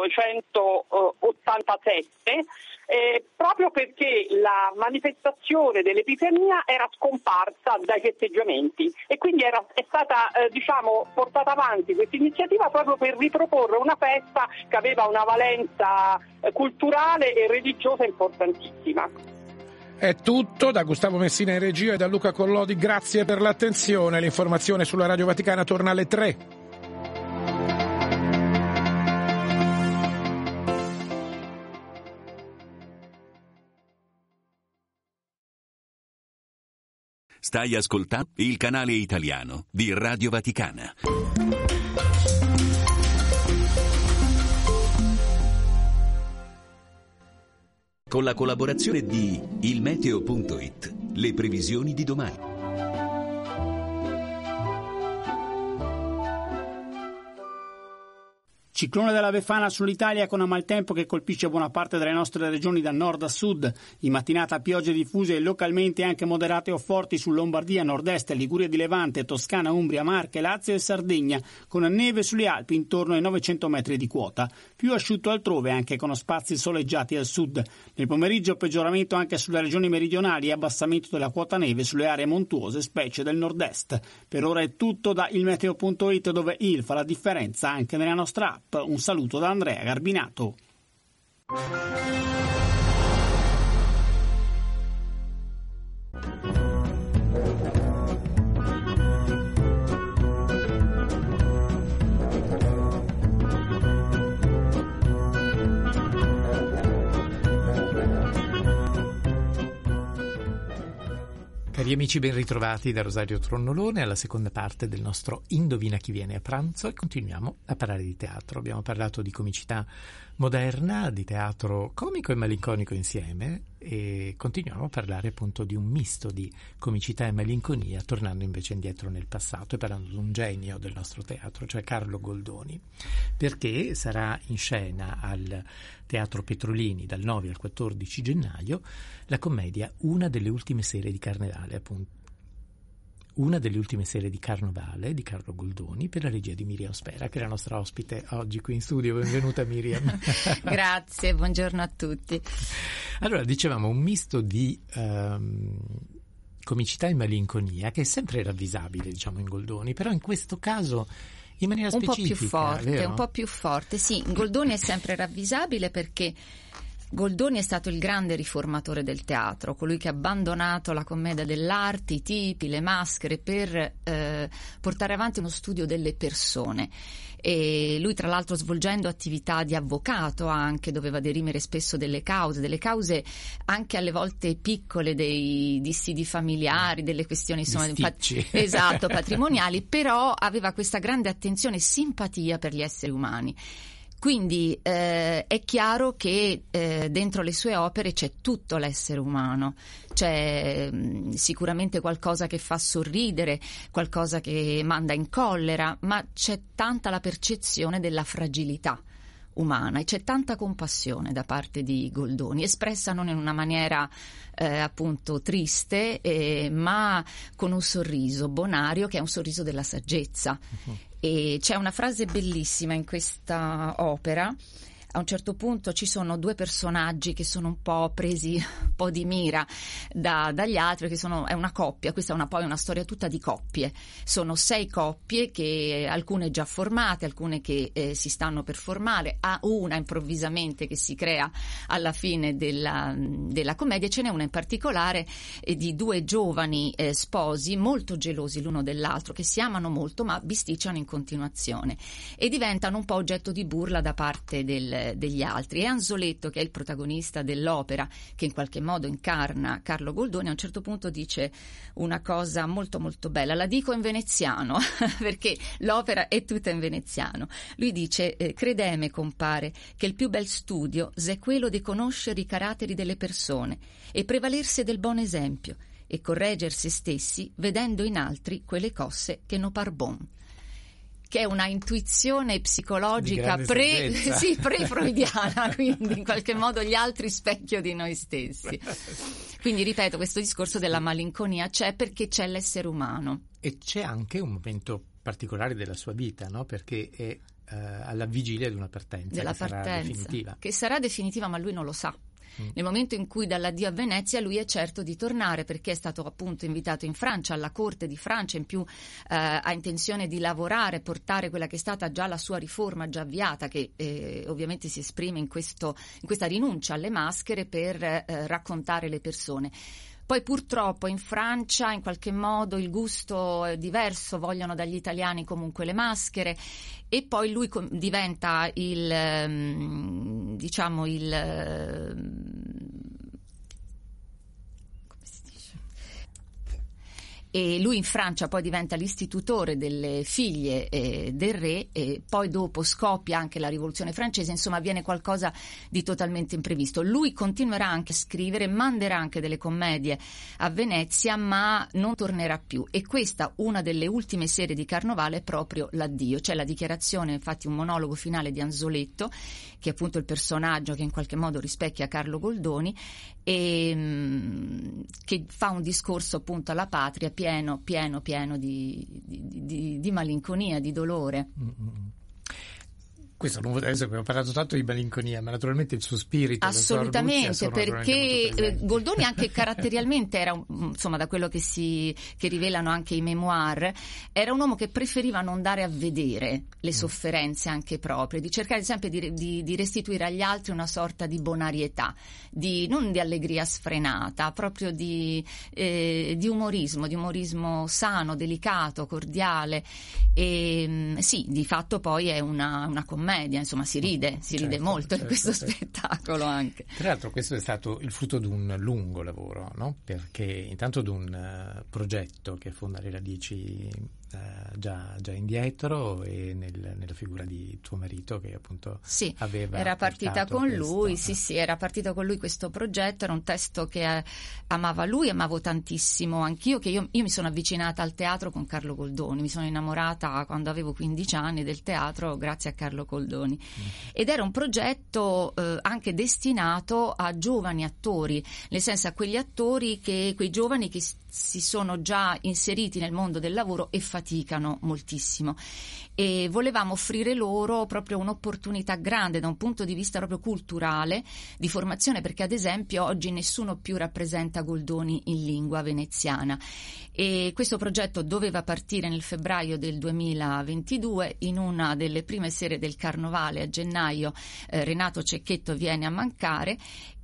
1987 proprio perché la manifestazione dell'Epifania era scomparsa dai festeggiamenti e quindi è stata portata avanti questa iniziativa proprio per riproporre una festa che aveva una valenza culturale e religiosa importantissima. È tutto da Gustavo Messina in regia e da Luca Collodi. Grazie per l'attenzione. L'informazione sulla Radio Vaticana torna alle 3. Stai ascoltando il canale italiano di Radio Vaticana. Con la collaborazione di ilmeteo.it, le previsioni di domani. Ciclone della Befana sull'Italia con un maltempo che colpisce buona parte delle nostre regioni da nord a sud. In mattinata piogge diffuse e localmente anche moderate o forti su Lombardia, nord-est, Liguria di Levante, Toscana, Umbria, Marche, Lazio e Sardegna, con neve sulle Alpi intorno ai 900 metri di quota. Più asciutto altrove, anche con spazi soleggiati al sud. Nel pomeriggio peggioramento anche sulle regioni meridionali e abbassamento della quota neve sulle aree montuose, specie del nord-est. Per ora è tutto da ilmeteo.it, dove il fa la differenza anche nella nostra app. Un saluto da Andrea Garbinato. Cari amici, ben ritrovati da Rosario Tronnolone alla seconda parte del nostro Indovina chi viene a pranzo e continuiamo a parlare di teatro. Abbiamo parlato di comicità moderna, di teatro comico e malinconico insieme e continuiamo a parlare appunto di un misto di comicità e malinconia, tornando invece indietro nel passato e parlando di un genio del nostro teatro, cioè Carlo Goldoni, perché sarà in scena al Teatro Petrolini dal 9 al 14 gennaio la commedia Una delle ultime sere di Carnevale, appunto. Una delle ultime sere di Carnovale di Carlo Goldoni, per la regia di Miriam Spera, che è la nostra ospite oggi qui in studio. Benvenuta Miriam. Grazie, buongiorno a tutti. Allora, dicevamo un misto di comicità e malinconia che è sempre ravvisabile, diciamo, in Goldoni, però in questo caso in maniera specifica. Un po' più forte, sì. Goldoni è sempre ravvisabile perché Goldoni è stato il grande riformatore del teatro, colui che ha abbandonato la commedia dell'arte, i tipi, le maschere per portare avanti uno studio delle persone. E lui, tra l'altro, svolgendo attività di avvocato, anche doveva dirimere spesso delle cause anche alle volte piccole, dei dissidi familiari, delle questioni esatto, patrimoniali, però aveva questa grande attenzione e simpatia per gli esseri umani. Quindi è chiaro che dentro le sue opere c'è tutto l'essere umano, c'è sicuramente qualcosa che fa sorridere, qualcosa che manda in collera, ma c'è tanta la percezione della fragilità umana e c'è tanta compassione da parte di Goldoni, espressa non in una maniera appunto triste, ma con un sorriso bonario che è un sorriso della saggezza. E c'è una frase bellissima in questa opera. A un certo punto ci sono due personaggi che sono un po' presi un po' di mira dagli altri, che è una coppia. Questa è poi una storia tutta di coppie. Sono 6 coppie, che alcune già formate, alcune che si stanno per formare, una improvvisamente che si crea alla fine della commedia. Ce n'è una in particolare di 2 giovani sposi molto gelosi l'uno dell'altro, che si amano molto ma bisticciano in continuazione e diventano un po' oggetto di burla da parte del degli altri. E Anzoletto, che è il protagonista dell'opera, che in qualche modo incarna Carlo Goldoni, a un certo punto dice una cosa molto molto bella, la dico in veneziano perché l'opera è tutta in veneziano. Lui dice: credeme compare che il più bel studio è quello di conoscere i caratteri delle persone e prevalersi del buon esempio e corregger se stessi vedendo in altri quelle cose che no par bon, che è una intuizione psicologica pre-freudiana, quindi in qualche modo gli altri specchio di noi stessi. Quindi ripeto, questo discorso della malinconia c'è perché c'è l'essere umano. E c'è anche un momento particolare della sua vita, no? Perché è alla vigilia di una partenza che sarà definitiva, ma lui non lo sa. Nel momento in cui dall'addio a Venezia lui è certo di tornare, perché è stato appunto invitato in Francia, alla corte di Francia, in più ha intenzione di lavorare, portare quella che è stata già la sua riforma già avviata, che ovviamente si esprime in questa rinuncia alle maschere per raccontare le persone. Poi purtroppo in Francia in qualche modo il gusto è diverso, vogliono dagli italiani comunque le maschere, e poi lui diventa e lui in Francia poi diventa l'istitutore delle figlie del re, e poi dopo scoppia anche la rivoluzione francese, insomma avviene qualcosa di totalmente imprevisto. Lui continuerà anche a scrivere, manderà anche delle commedie a Venezia, ma non tornerà più, e questa, una delle ultime serie di Carnovale, è proprio l'addio. C'è la dichiarazione, infatti un monologo finale di Anzoletto, che è appunto il personaggio che in qualche modo rispecchia Carlo Goldoni, e che fa un discorso appunto alla patria pieno di malinconia, di dolore. Questo non vuol dire che abbiamo parlato tanto di malinconia, ma naturalmente il suo spirito, assolutamente, perché Goldoni anche caratterialmente era, insomma, da quello che rivelano anche i memoir, era un uomo che preferiva non dare a vedere le sofferenze anche proprie, di cercare sempre di restituire agli altri una sorta di bonarietà, non di allegria sfrenata, proprio di umorismo sano, delicato, cordiale, e sì, di fatto poi è una commedia. Insomma, si ride molto in questo spettacolo anche. Tra l'altro questo è stato il frutto di un lungo lavoro, no? Perché intanto di un progetto che fonda le radici già indietro, e nella figura di tuo marito, che appunto aveva era partita con lui, era partito con lui questo progetto. Era un testo che amava lui, amavo tantissimo anch'io, che io mi sono avvicinata al teatro con Carlo Goldoni, mi sono innamorata quando avevo 15 anni del teatro grazie a Carlo Goldoni, ed era un progetto anche destinato a giovani attori, nel senso a quei giovani che si sono già inseriti nel mondo del lavoro e faticano moltissimo, e volevamo offrire loro proprio un'opportunità grande da un punto di vista proprio culturale, di formazione, perché ad esempio oggi nessuno più rappresenta Goldoni in lingua veneziana, e questo progetto doveva partire nel febbraio del 2022. In una delle prime sere del Carnovale a gennaio Renato Cecchetto viene a mancare,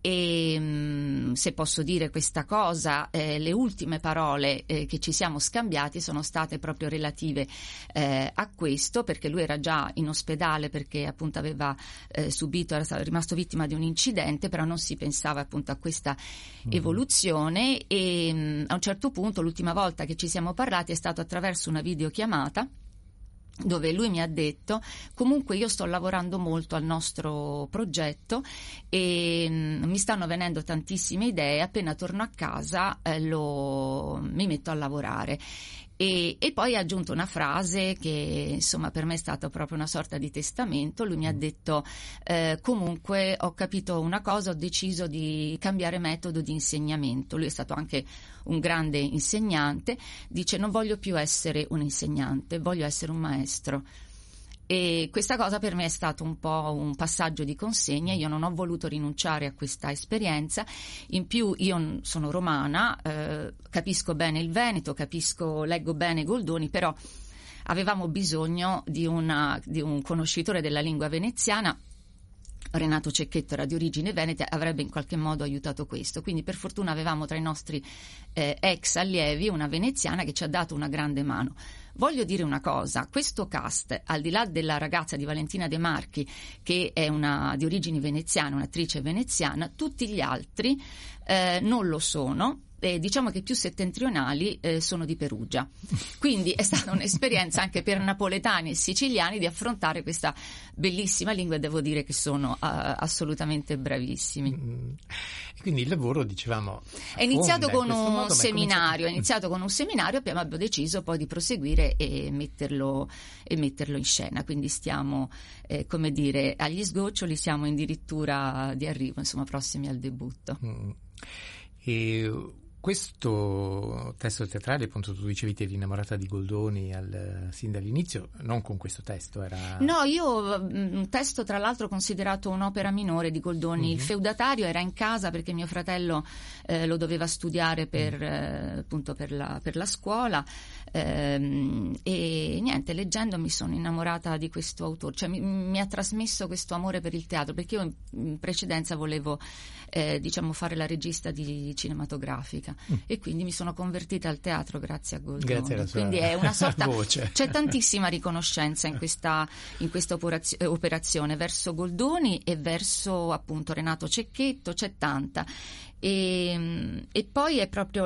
e se posso dire questa cosa, le ultime parole che ci siamo scambiati sono state proprio relative a questo, perché lui era già in ospedale perché appunto aveva era rimasto vittima di un incidente, però non si pensava appunto a questa evoluzione, e a un certo punto l'ultima volta che ci siamo parlati è stato attraverso una videochiamata, dove lui mi ha detto: comunque io sto lavorando molto al nostro progetto e mi stanno venendo tantissime idee, appena torno a casa mi metto a lavorare. E poi ha aggiunto una frase che insomma per me è stata proprio una sorta di testamento. Lui mi ha detto: comunque ho capito una cosa, ho deciso di cambiare metodo di insegnamento. Lui è stato anche un grande insegnante. Dice: non voglio più essere un insegnante, voglio essere un maestro. E questa cosa per me è stato un po' un passaggio di consegna. Io non ho voluto rinunciare a questa esperienza. In più io sono romana, capisco bene il Veneto, leggo bene Goldoni, però avevamo bisogno di un conoscitore della lingua veneziana. Renato Cecchetto era di origine venete, avrebbe in qualche modo aiutato questo, quindi per fortuna avevamo tra i nostri ex allievi una veneziana che ci ha dato una grande mano. Voglio dire una cosa, questo cast, al di là della ragazza di Valentina De Marchi, che è di origini veneziane, un'attrice veneziana, tutti gli altri non lo sono. Diciamo che più settentrionali sono di Perugia, quindi è stata un'esperienza anche per napoletani e siciliani di affrontare questa bellissima lingua, e devo dire che sono assolutamente bravissimi. Quindi il lavoro, dicevamo, è iniziato con un seminario, abbiamo deciso poi di proseguire e metterlo in scena, quindi stiamo come dire agli sgoccioli, siamo addirittura di arrivo, insomma, prossimi al debutto. E questo testo teatrale, appunto, tu dicevi ti eri innamorata di Goldoni sin dall'inizio, non con questo testo, era... No, io un testo tra l'altro considerato un'opera minore di Goldoni, Il feudatario era in casa perché mio fratello lo doveva studiare appunto per la scuola, e niente, leggendo mi sono innamorata di questo autore, cioè mi ha trasmesso questo amore per il teatro, perché io in precedenza volevo fare la regista di cinematografica, e quindi mi sono convertita al teatro grazie a Goldoni. Grazie alla sua quindi è una sorta voce. C'è tantissima riconoscenza in questa operazione verso Goldoni e verso appunto Renato Cecchetto, c'è tanta, e poi è proprio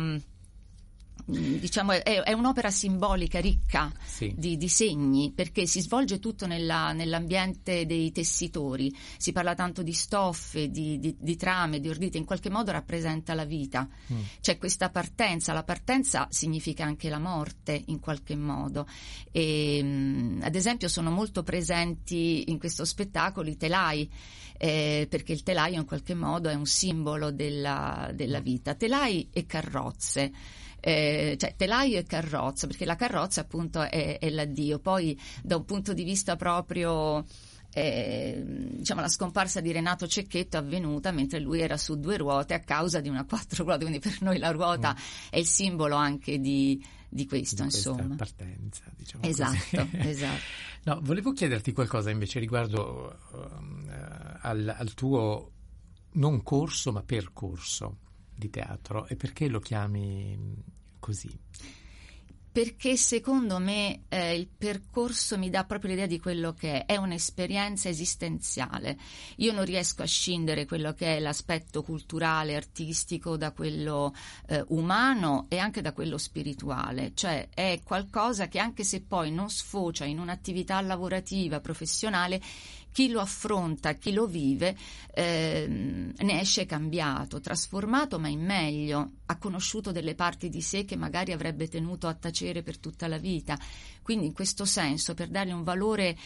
è un'opera simbolica ricca di segni, perché si svolge tutto nell'ambiente dei tessitori, si parla tanto di stoffe, di trame, di ordite, in qualche modo rappresenta la vita. C'è questa partenza, la partenza significa anche la morte in qualche modo, e ad esempio sono molto presenti in questo spettacolo i telai, perché il telaio in qualche modo è un simbolo della vita, telai e carrozze. Cioè telaio e carrozza, perché la carrozza appunto è l'addio. Poi da un punto di vista proprio la scomparsa di Renato Cecchetto è avvenuta mentre lui era su 2 ruote a causa di una 4 ruote, quindi per noi la ruota è il simbolo anche di questo, insomma, partenza, diciamo esatto, così. Esatto. No, volevo chiederti qualcosa invece riguardo al tuo non corso ma percorso di teatro, e perché lo chiami così? Perché secondo me il percorso mi dà proprio l'idea di quello che è un'esperienza esistenziale. Io non riesco a scindere quello che è l'aspetto culturale, artistico da quello umano e anche da quello spirituale, cioè è qualcosa che, anche se poi non sfocia in un'attività lavorativa, professionale, chi lo affronta, chi lo vive, ne esce cambiato, trasformato, ma in meglio. Ha conosciuto delle parti di sé che magari avrebbe tenuto a tacere per tutta la vita. Quindi in questo senso, per dargli un valore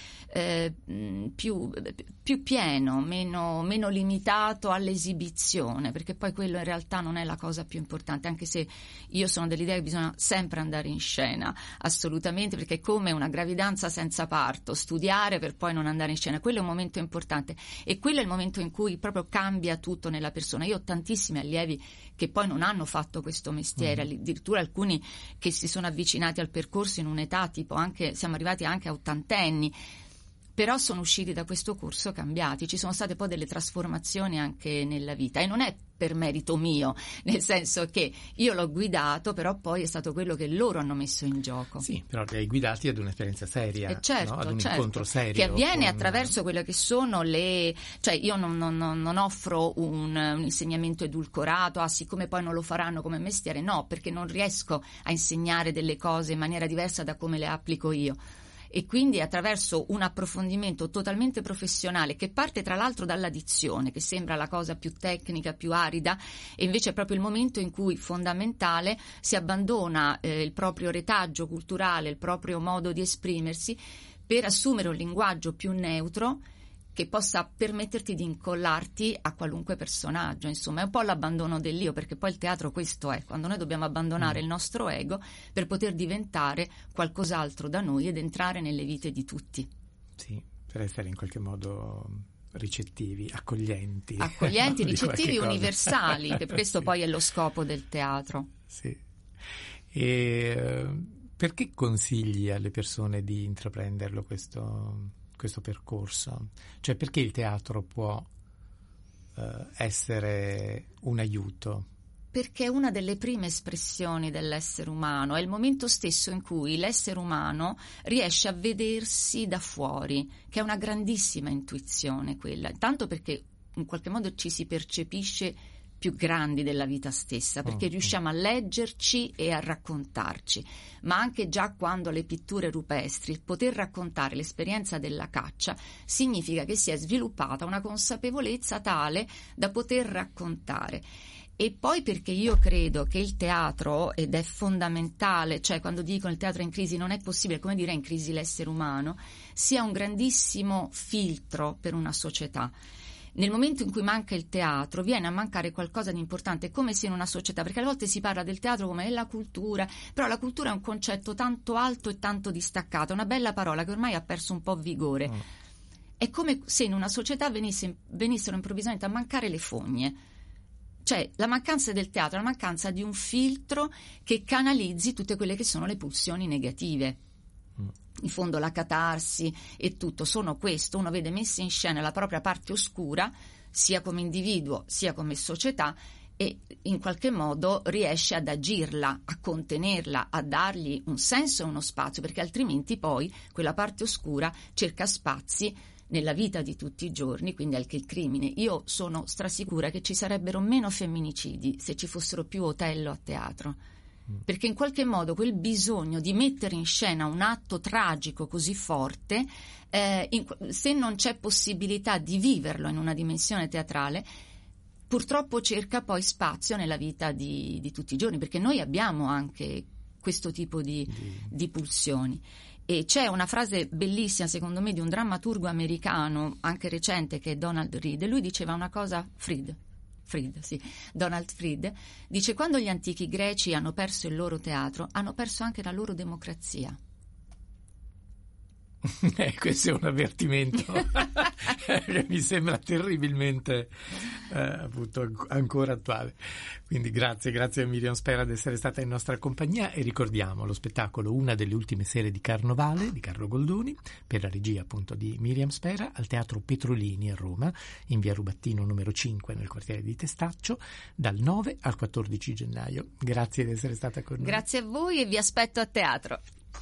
più pieno, meno limitato all'esibizione, perché poi quello in realtà non è la cosa più importante, anche se io sono dell'idea che bisogna sempre andare in scena, assolutamente, perché è come una gravidanza senza parto, studiare per poi non andare in scena, quello è un momento importante, e quello è il momento in cui proprio cambia tutto nella persona. Io ho tantissimi allievi che poi non hanno fatto questo mestiere, addirittura alcuni che si sono avvicinati al percorso in un'età tipo siamo arrivati anche a 80enni, però sono usciti da questo corso cambiati. Ci sono state poi delle trasformazioni anche nella vita, e non è per merito mio, nel senso che io l'ho guidato, però poi è stato quello che loro hanno messo in gioco. Sì, però li hai guidati ad un'esperienza seria, certo, no? Ad un incontro serio. Che avviene attraverso quelle che sono cioè io non offro un insegnamento edulcorato, siccome poi non lo faranno come mestiere, no, perché non riesco a insegnare delle cose in maniera diversa da come le applico io. E quindi attraverso un approfondimento totalmente professionale, che parte tra l'altro dalla dizione, che sembra la cosa più tecnica, più arida, e invece è proprio il momento in cui, fondamentale, si abbandona il proprio retaggio culturale, il proprio modo di esprimersi, per assumere un linguaggio più neutro che possa permetterti di incollarti a qualunque personaggio. Insomma, è un po' l'abbandono dell'io, perché poi il teatro questo è, quando noi dobbiamo abbandonare il nostro ego per poter diventare qualcos'altro da noi ed entrare nelle vite di tutti. Sì, per essere in qualche modo ricettivi, accoglienti, ricettivi, universali, che questo poi è lo scopo del teatro. Sì. E perché consigli alle persone di intraprenderlo questo percorso? Cioè, perché il teatro può essere un aiuto Perché è una delle prime espressioni dell'essere umano, è il momento stesso in cui l'essere umano riesce a vedersi da fuori, che è una grandissima intuizione quella, tanto perché in qualche modo ci si percepisce più grandi della vita stessa, perché riusciamo a leggerci e a raccontarci, ma anche già quando le pitture rupestri, il poter raccontare l'esperienza della caccia significa che si è sviluppata una consapevolezza tale da poter raccontare. E poi perché io credo che il teatro, ed è fondamentale, cioè quando dicono il teatro è in crisi, non è possibile, come dire è in crisi l'essere umano, sia un grandissimo filtro per una società. Nel momento in cui manca il teatro viene a mancare qualcosa di importante, come se in una società, perché a volte si parla del teatro come la cultura, però la cultura è un concetto tanto alto e tanto distaccato, una bella parola che ormai ha perso un po' vigore. È come se in una società venissero improvvisamente a mancare le fogne. Cioè la mancanza del teatro, la mancanza di un filtro che canalizzi tutte quelle che sono le pulsioni negative. In fondo la catarsi e tutto sono questo, uno vede messa in scena la propria parte oscura, sia come individuo sia come società, e in qualche modo riesce ad agirla, a contenerla, a dargli un senso e uno spazio, perché altrimenti poi quella parte oscura cerca spazi nella vita di tutti i giorni, quindi anche il crimine. Io sono strasicura che ci sarebbero meno femminicidi se ci fossero più Otello a teatro, perché in qualche modo quel bisogno di mettere in scena un atto tragico così forte, se non c'è possibilità di viverlo in una dimensione teatrale, purtroppo cerca poi spazio nella vita di tutti i giorni, perché noi abbiamo anche questo tipo di pulsioni. E c'è una frase bellissima secondo me di un drammaturgo americano anche recente, che è Donald Reed, e lui diceva una cosa, Donald Fried dice: quando gli antichi greci hanno perso il loro teatro, hanno perso anche la loro democrazia. Questo è un avvertimento che mi sembra terribilmente appunto ancora attuale. Quindi grazie a Miriam Spera di essere stata in nostra compagnia, e ricordiamo lo spettacolo Una delle ultime sere di Carnovale di Carlo Goldoni, per la regia appunto di Miriam Spera, al Teatro Petrolini a Roma, in via Rubattino numero 5 nel quartiere di Testaccio, dal 9 al 14 gennaio. Grazie di essere stata con noi. Grazie a voi e vi aspetto a teatro.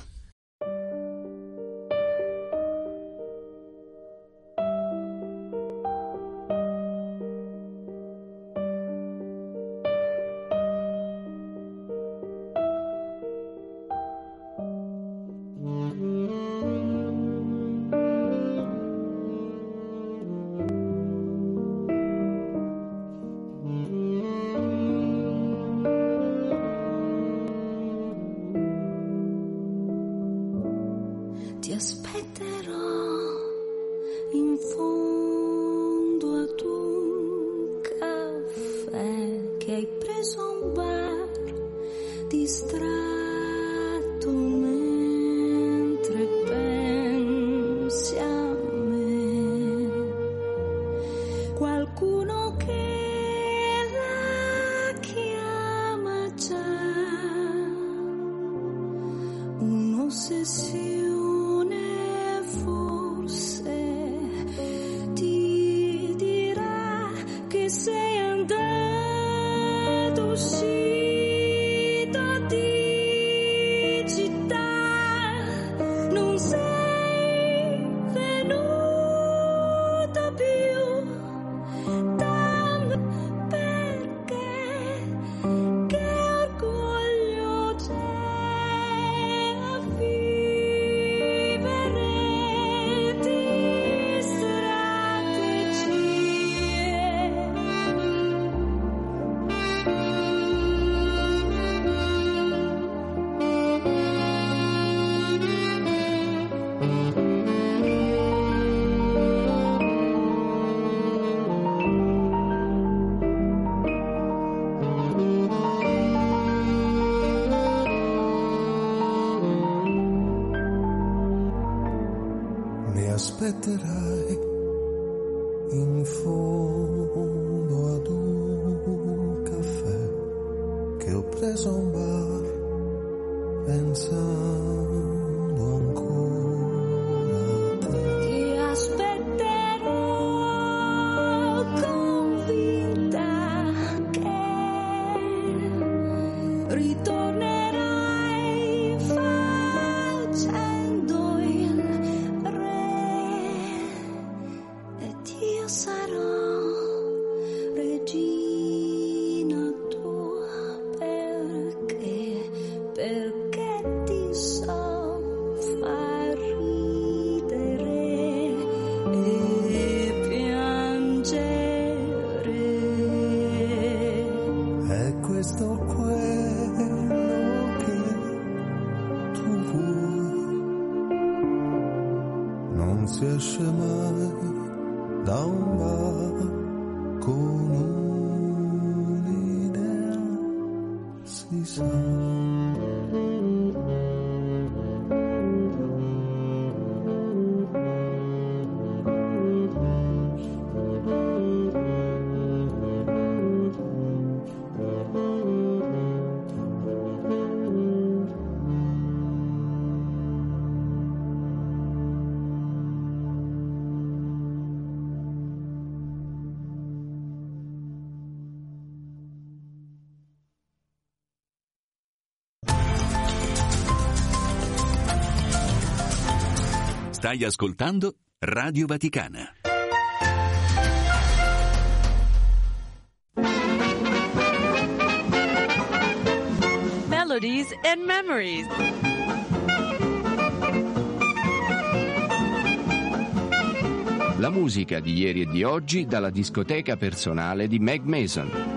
aspetterai in fondo ad un caffè che ho preso a un bar pensando ancora a te. Ti aspetterò convinta che sarò regina tua, perché ti so far ridere e piangere. È questo quello che tu vuoi, non si esce mai da un bar con un'idea, si sa. Stai ascoltando Radio Vaticana. Melodies and Memories. La musica di ieri e di oggi dalla discoteca personale di Meg Mason.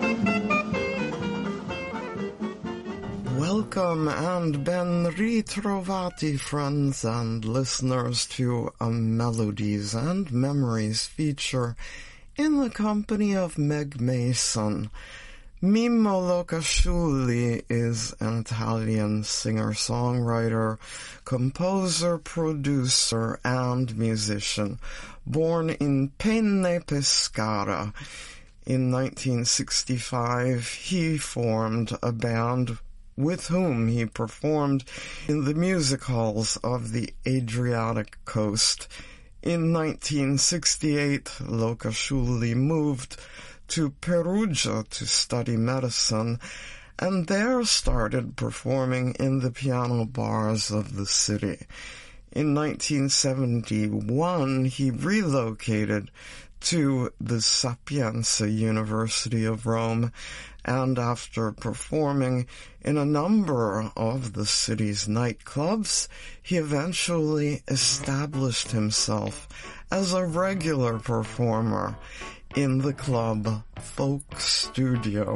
Welcome and ben ritrovati, friends and listeners, to a Melodies and Memories feature in the company of Meg Mason. Mimmo Locasciulli is an Italian singer-songwriter, composer, producer, and musician, born in Penne Pescara. In 1965, he formed a band with whom he performed in the music halls of the Adriatic coast. In 1968, Locasciulli moved to Perugia to study medicine, and there started performing in the piano bars of the city. In 1971, he relocated to the Sapienza University of Rome, and after performing in a number of the city's nightclubs, he eventually established himself as a regular performer in the club Folk Studio.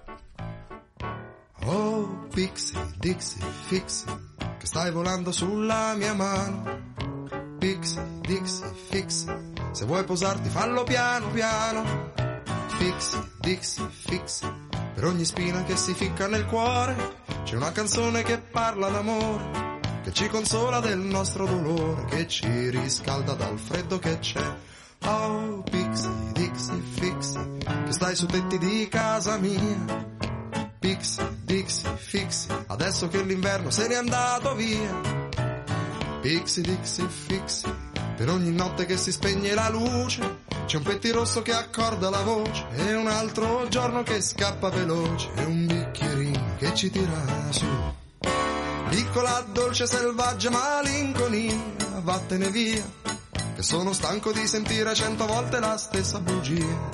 Oh, Pixie, Dixie, Fixie, che stai volando sulla mia mano. Pixie, Dixie, Fixie, se vuoi posarti fallo piano piano. Pixie, Dixie, Fixie, per ogni spina che si ficca nel cuore c'è una canzone che parla d'amore, che ci consola del nostro dolore, che ci riscalda dal freddo che c'è. Oh, Pixie, Dixie, Fixie, che stai su tetti di casa mia. Pixie, Dixie, Fixie, adesso che l'inverno se n'è andato via. Pixie, Dixie, Fixie, per ogni notte che si spegne la luce c'è un pettirosso che accorda la voce, e un altro giorno che scappa veloce, e un bicchierino che ci tira su. Piccola, dolce, selvaggia malinconia, vattene via, che sono stanco di sentire 100 volte la stessa bugia.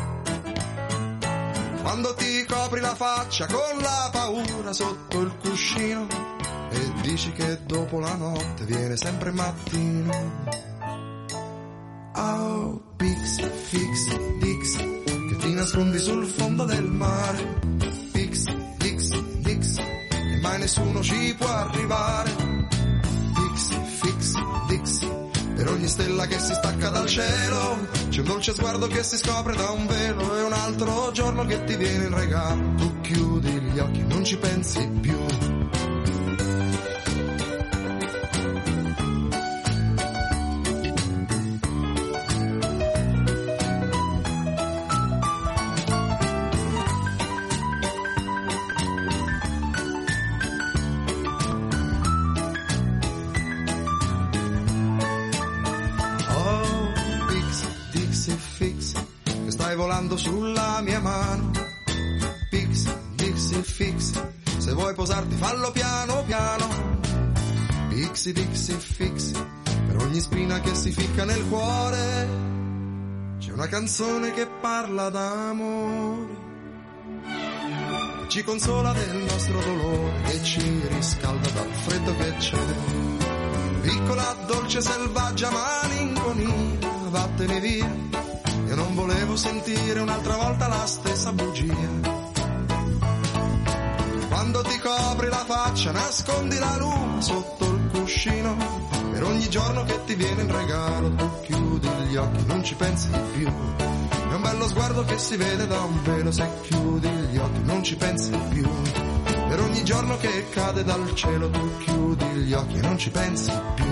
Quando ti copri la faccia con la paura sotto il cuscino e dici che dopo la notte viene sempre mattino. Oh, Pixie, Fixie, Dixie, che ti nascondi sul fondo del mare. Pixie, Dixie, Dixie, e mai nessuno ci può arrivare. Pixie, Fixie, Dixie, per ogni stella che si stacca dal cielo c'è un dolce sguardo che si scopre da un velo, e un altro giorno che ti viene in regalo. Tu chiudi gli occhi, non ci pensi più. Volando sulla mia mano. Pixie, Dixie, Fixie, se vuoi posarti fallo piano piano. Pixie, Dixie, Fixie, per ogni spina che si ficca nel cuore c'è una canzone che parla d'amore, ci consola del nostro dolore e ci riscalda dal freddo che c'è. Piccola, dolce, selvaggia malinconia, vattene via, io non volevo sentire un'altra volta la stessa bugia. Quando ti copri la faccia, nascondi la luna sotto il cuscino, per ogni giorno che ti viene in regalo tu chiudi gli occhi, non ci pensi più. È un bello sguardo che si vede da un velo, se chiudi gli occhi non ci pensi più. Per ogni giorno che cade dal cielo tu chiudi gli occhi e non ci pensi più.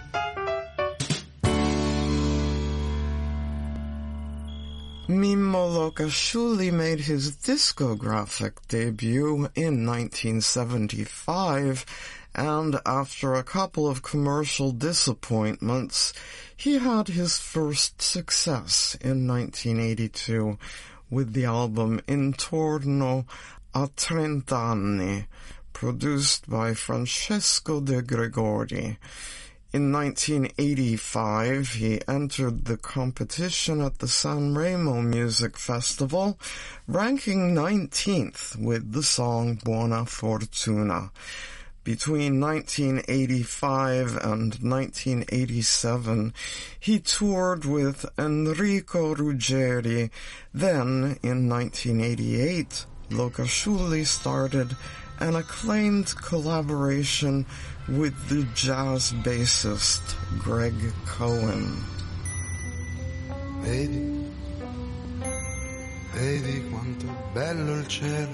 Mimmo Lokashuli made his discographic debut in 1975, and after a couple of commercial disappointments, he had his first success in 1982 with the album Intorno a 30 anni, produced by Francesco De Gregori. In 1985, he entered the competition at the Sanremo Music Festival, ranking 19th with the song Buona Fortuna. Between 1985 and 1987, he toured with Enrico Ruggeri. Then, in 1988, Lokashuli started an acclaimed collaboration with the jazz bassist Greg Cohen. Vedi, vedi quanto è bello il cielo,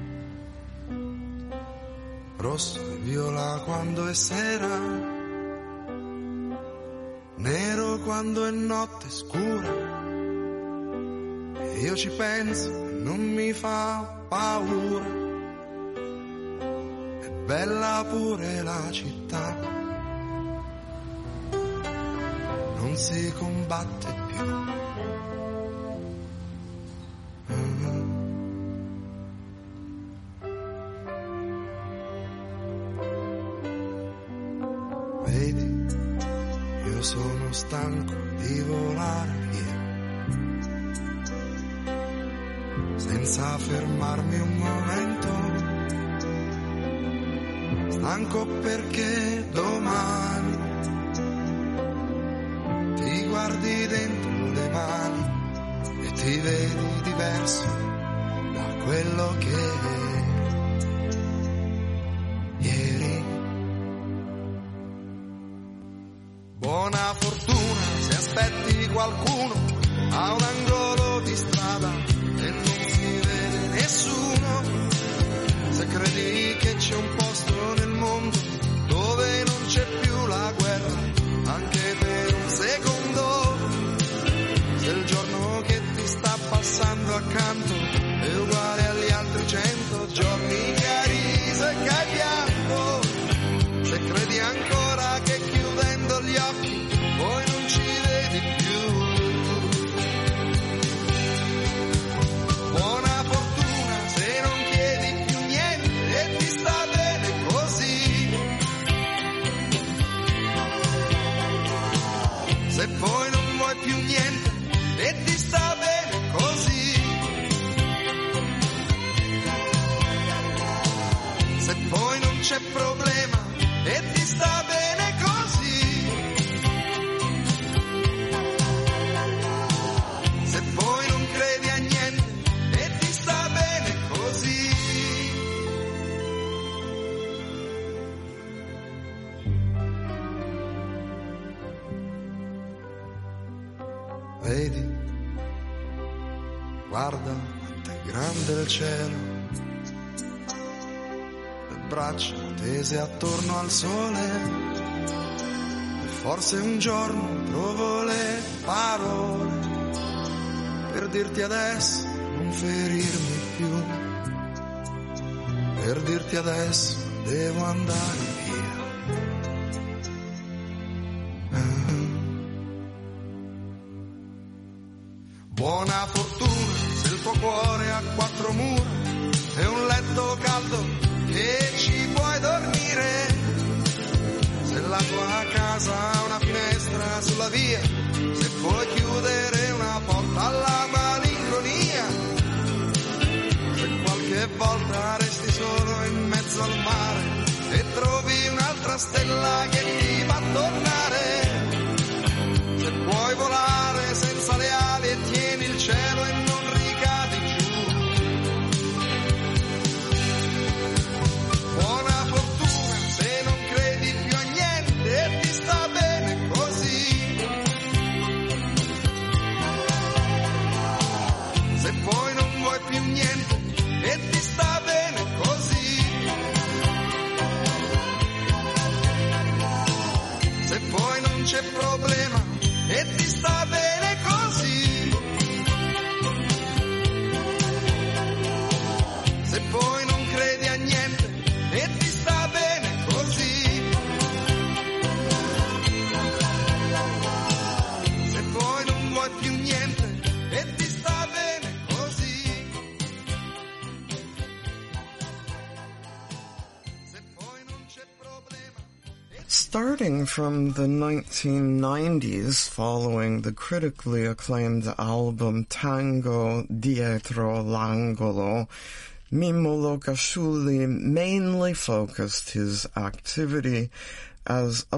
rosso e viola quando è sera, nero quando è notte scura, e io ci penso e non mi fa paura. Bella pure la città, non si combatte più. Vedi, io sono stanco di volare via, senza fermarmi un momento. Stanco perché domani ti guardi dentro le mani e ti vedi diverso da quello che ieri. Buona fortuna se aspetti qualcuno a un angolo di strada e non si vede nessuno, se credi che c'è un posto nel mondo dove non c'è più la guerra, anche per un secondo, se il giorno che ti sta passando accanto è uguale agli altri 100 giorni che hai riso e che hai pianto, se credi ancora che chiudendo gli occhi poi non ci vedi più. Buona fortuna se non chiedi più niente e ti sta bene così, se poi non vuoi più niente e ti sta bene così, se poi non c'è problema e ti sta bene così, se poi non credi a niente e ti sta bene così. Vedi, guarda quanto è grande il cielo, le braccia tese attorno al sole, e forse un giorno trovo le parole per dirti adesso non ferirmi più, per dirti adesso devo andare via. Buona fortuna se il tuo cuore ha 4 mura e un letto caldo che ci puoi dormire, se la tua casa ha una finestra sulla via, se puoi chiudere una porta Starting from the 1990s, following the critically acclaimed album Tango Dietro l'Angolo, Mimmo Locasciuli mainly focused his activity as a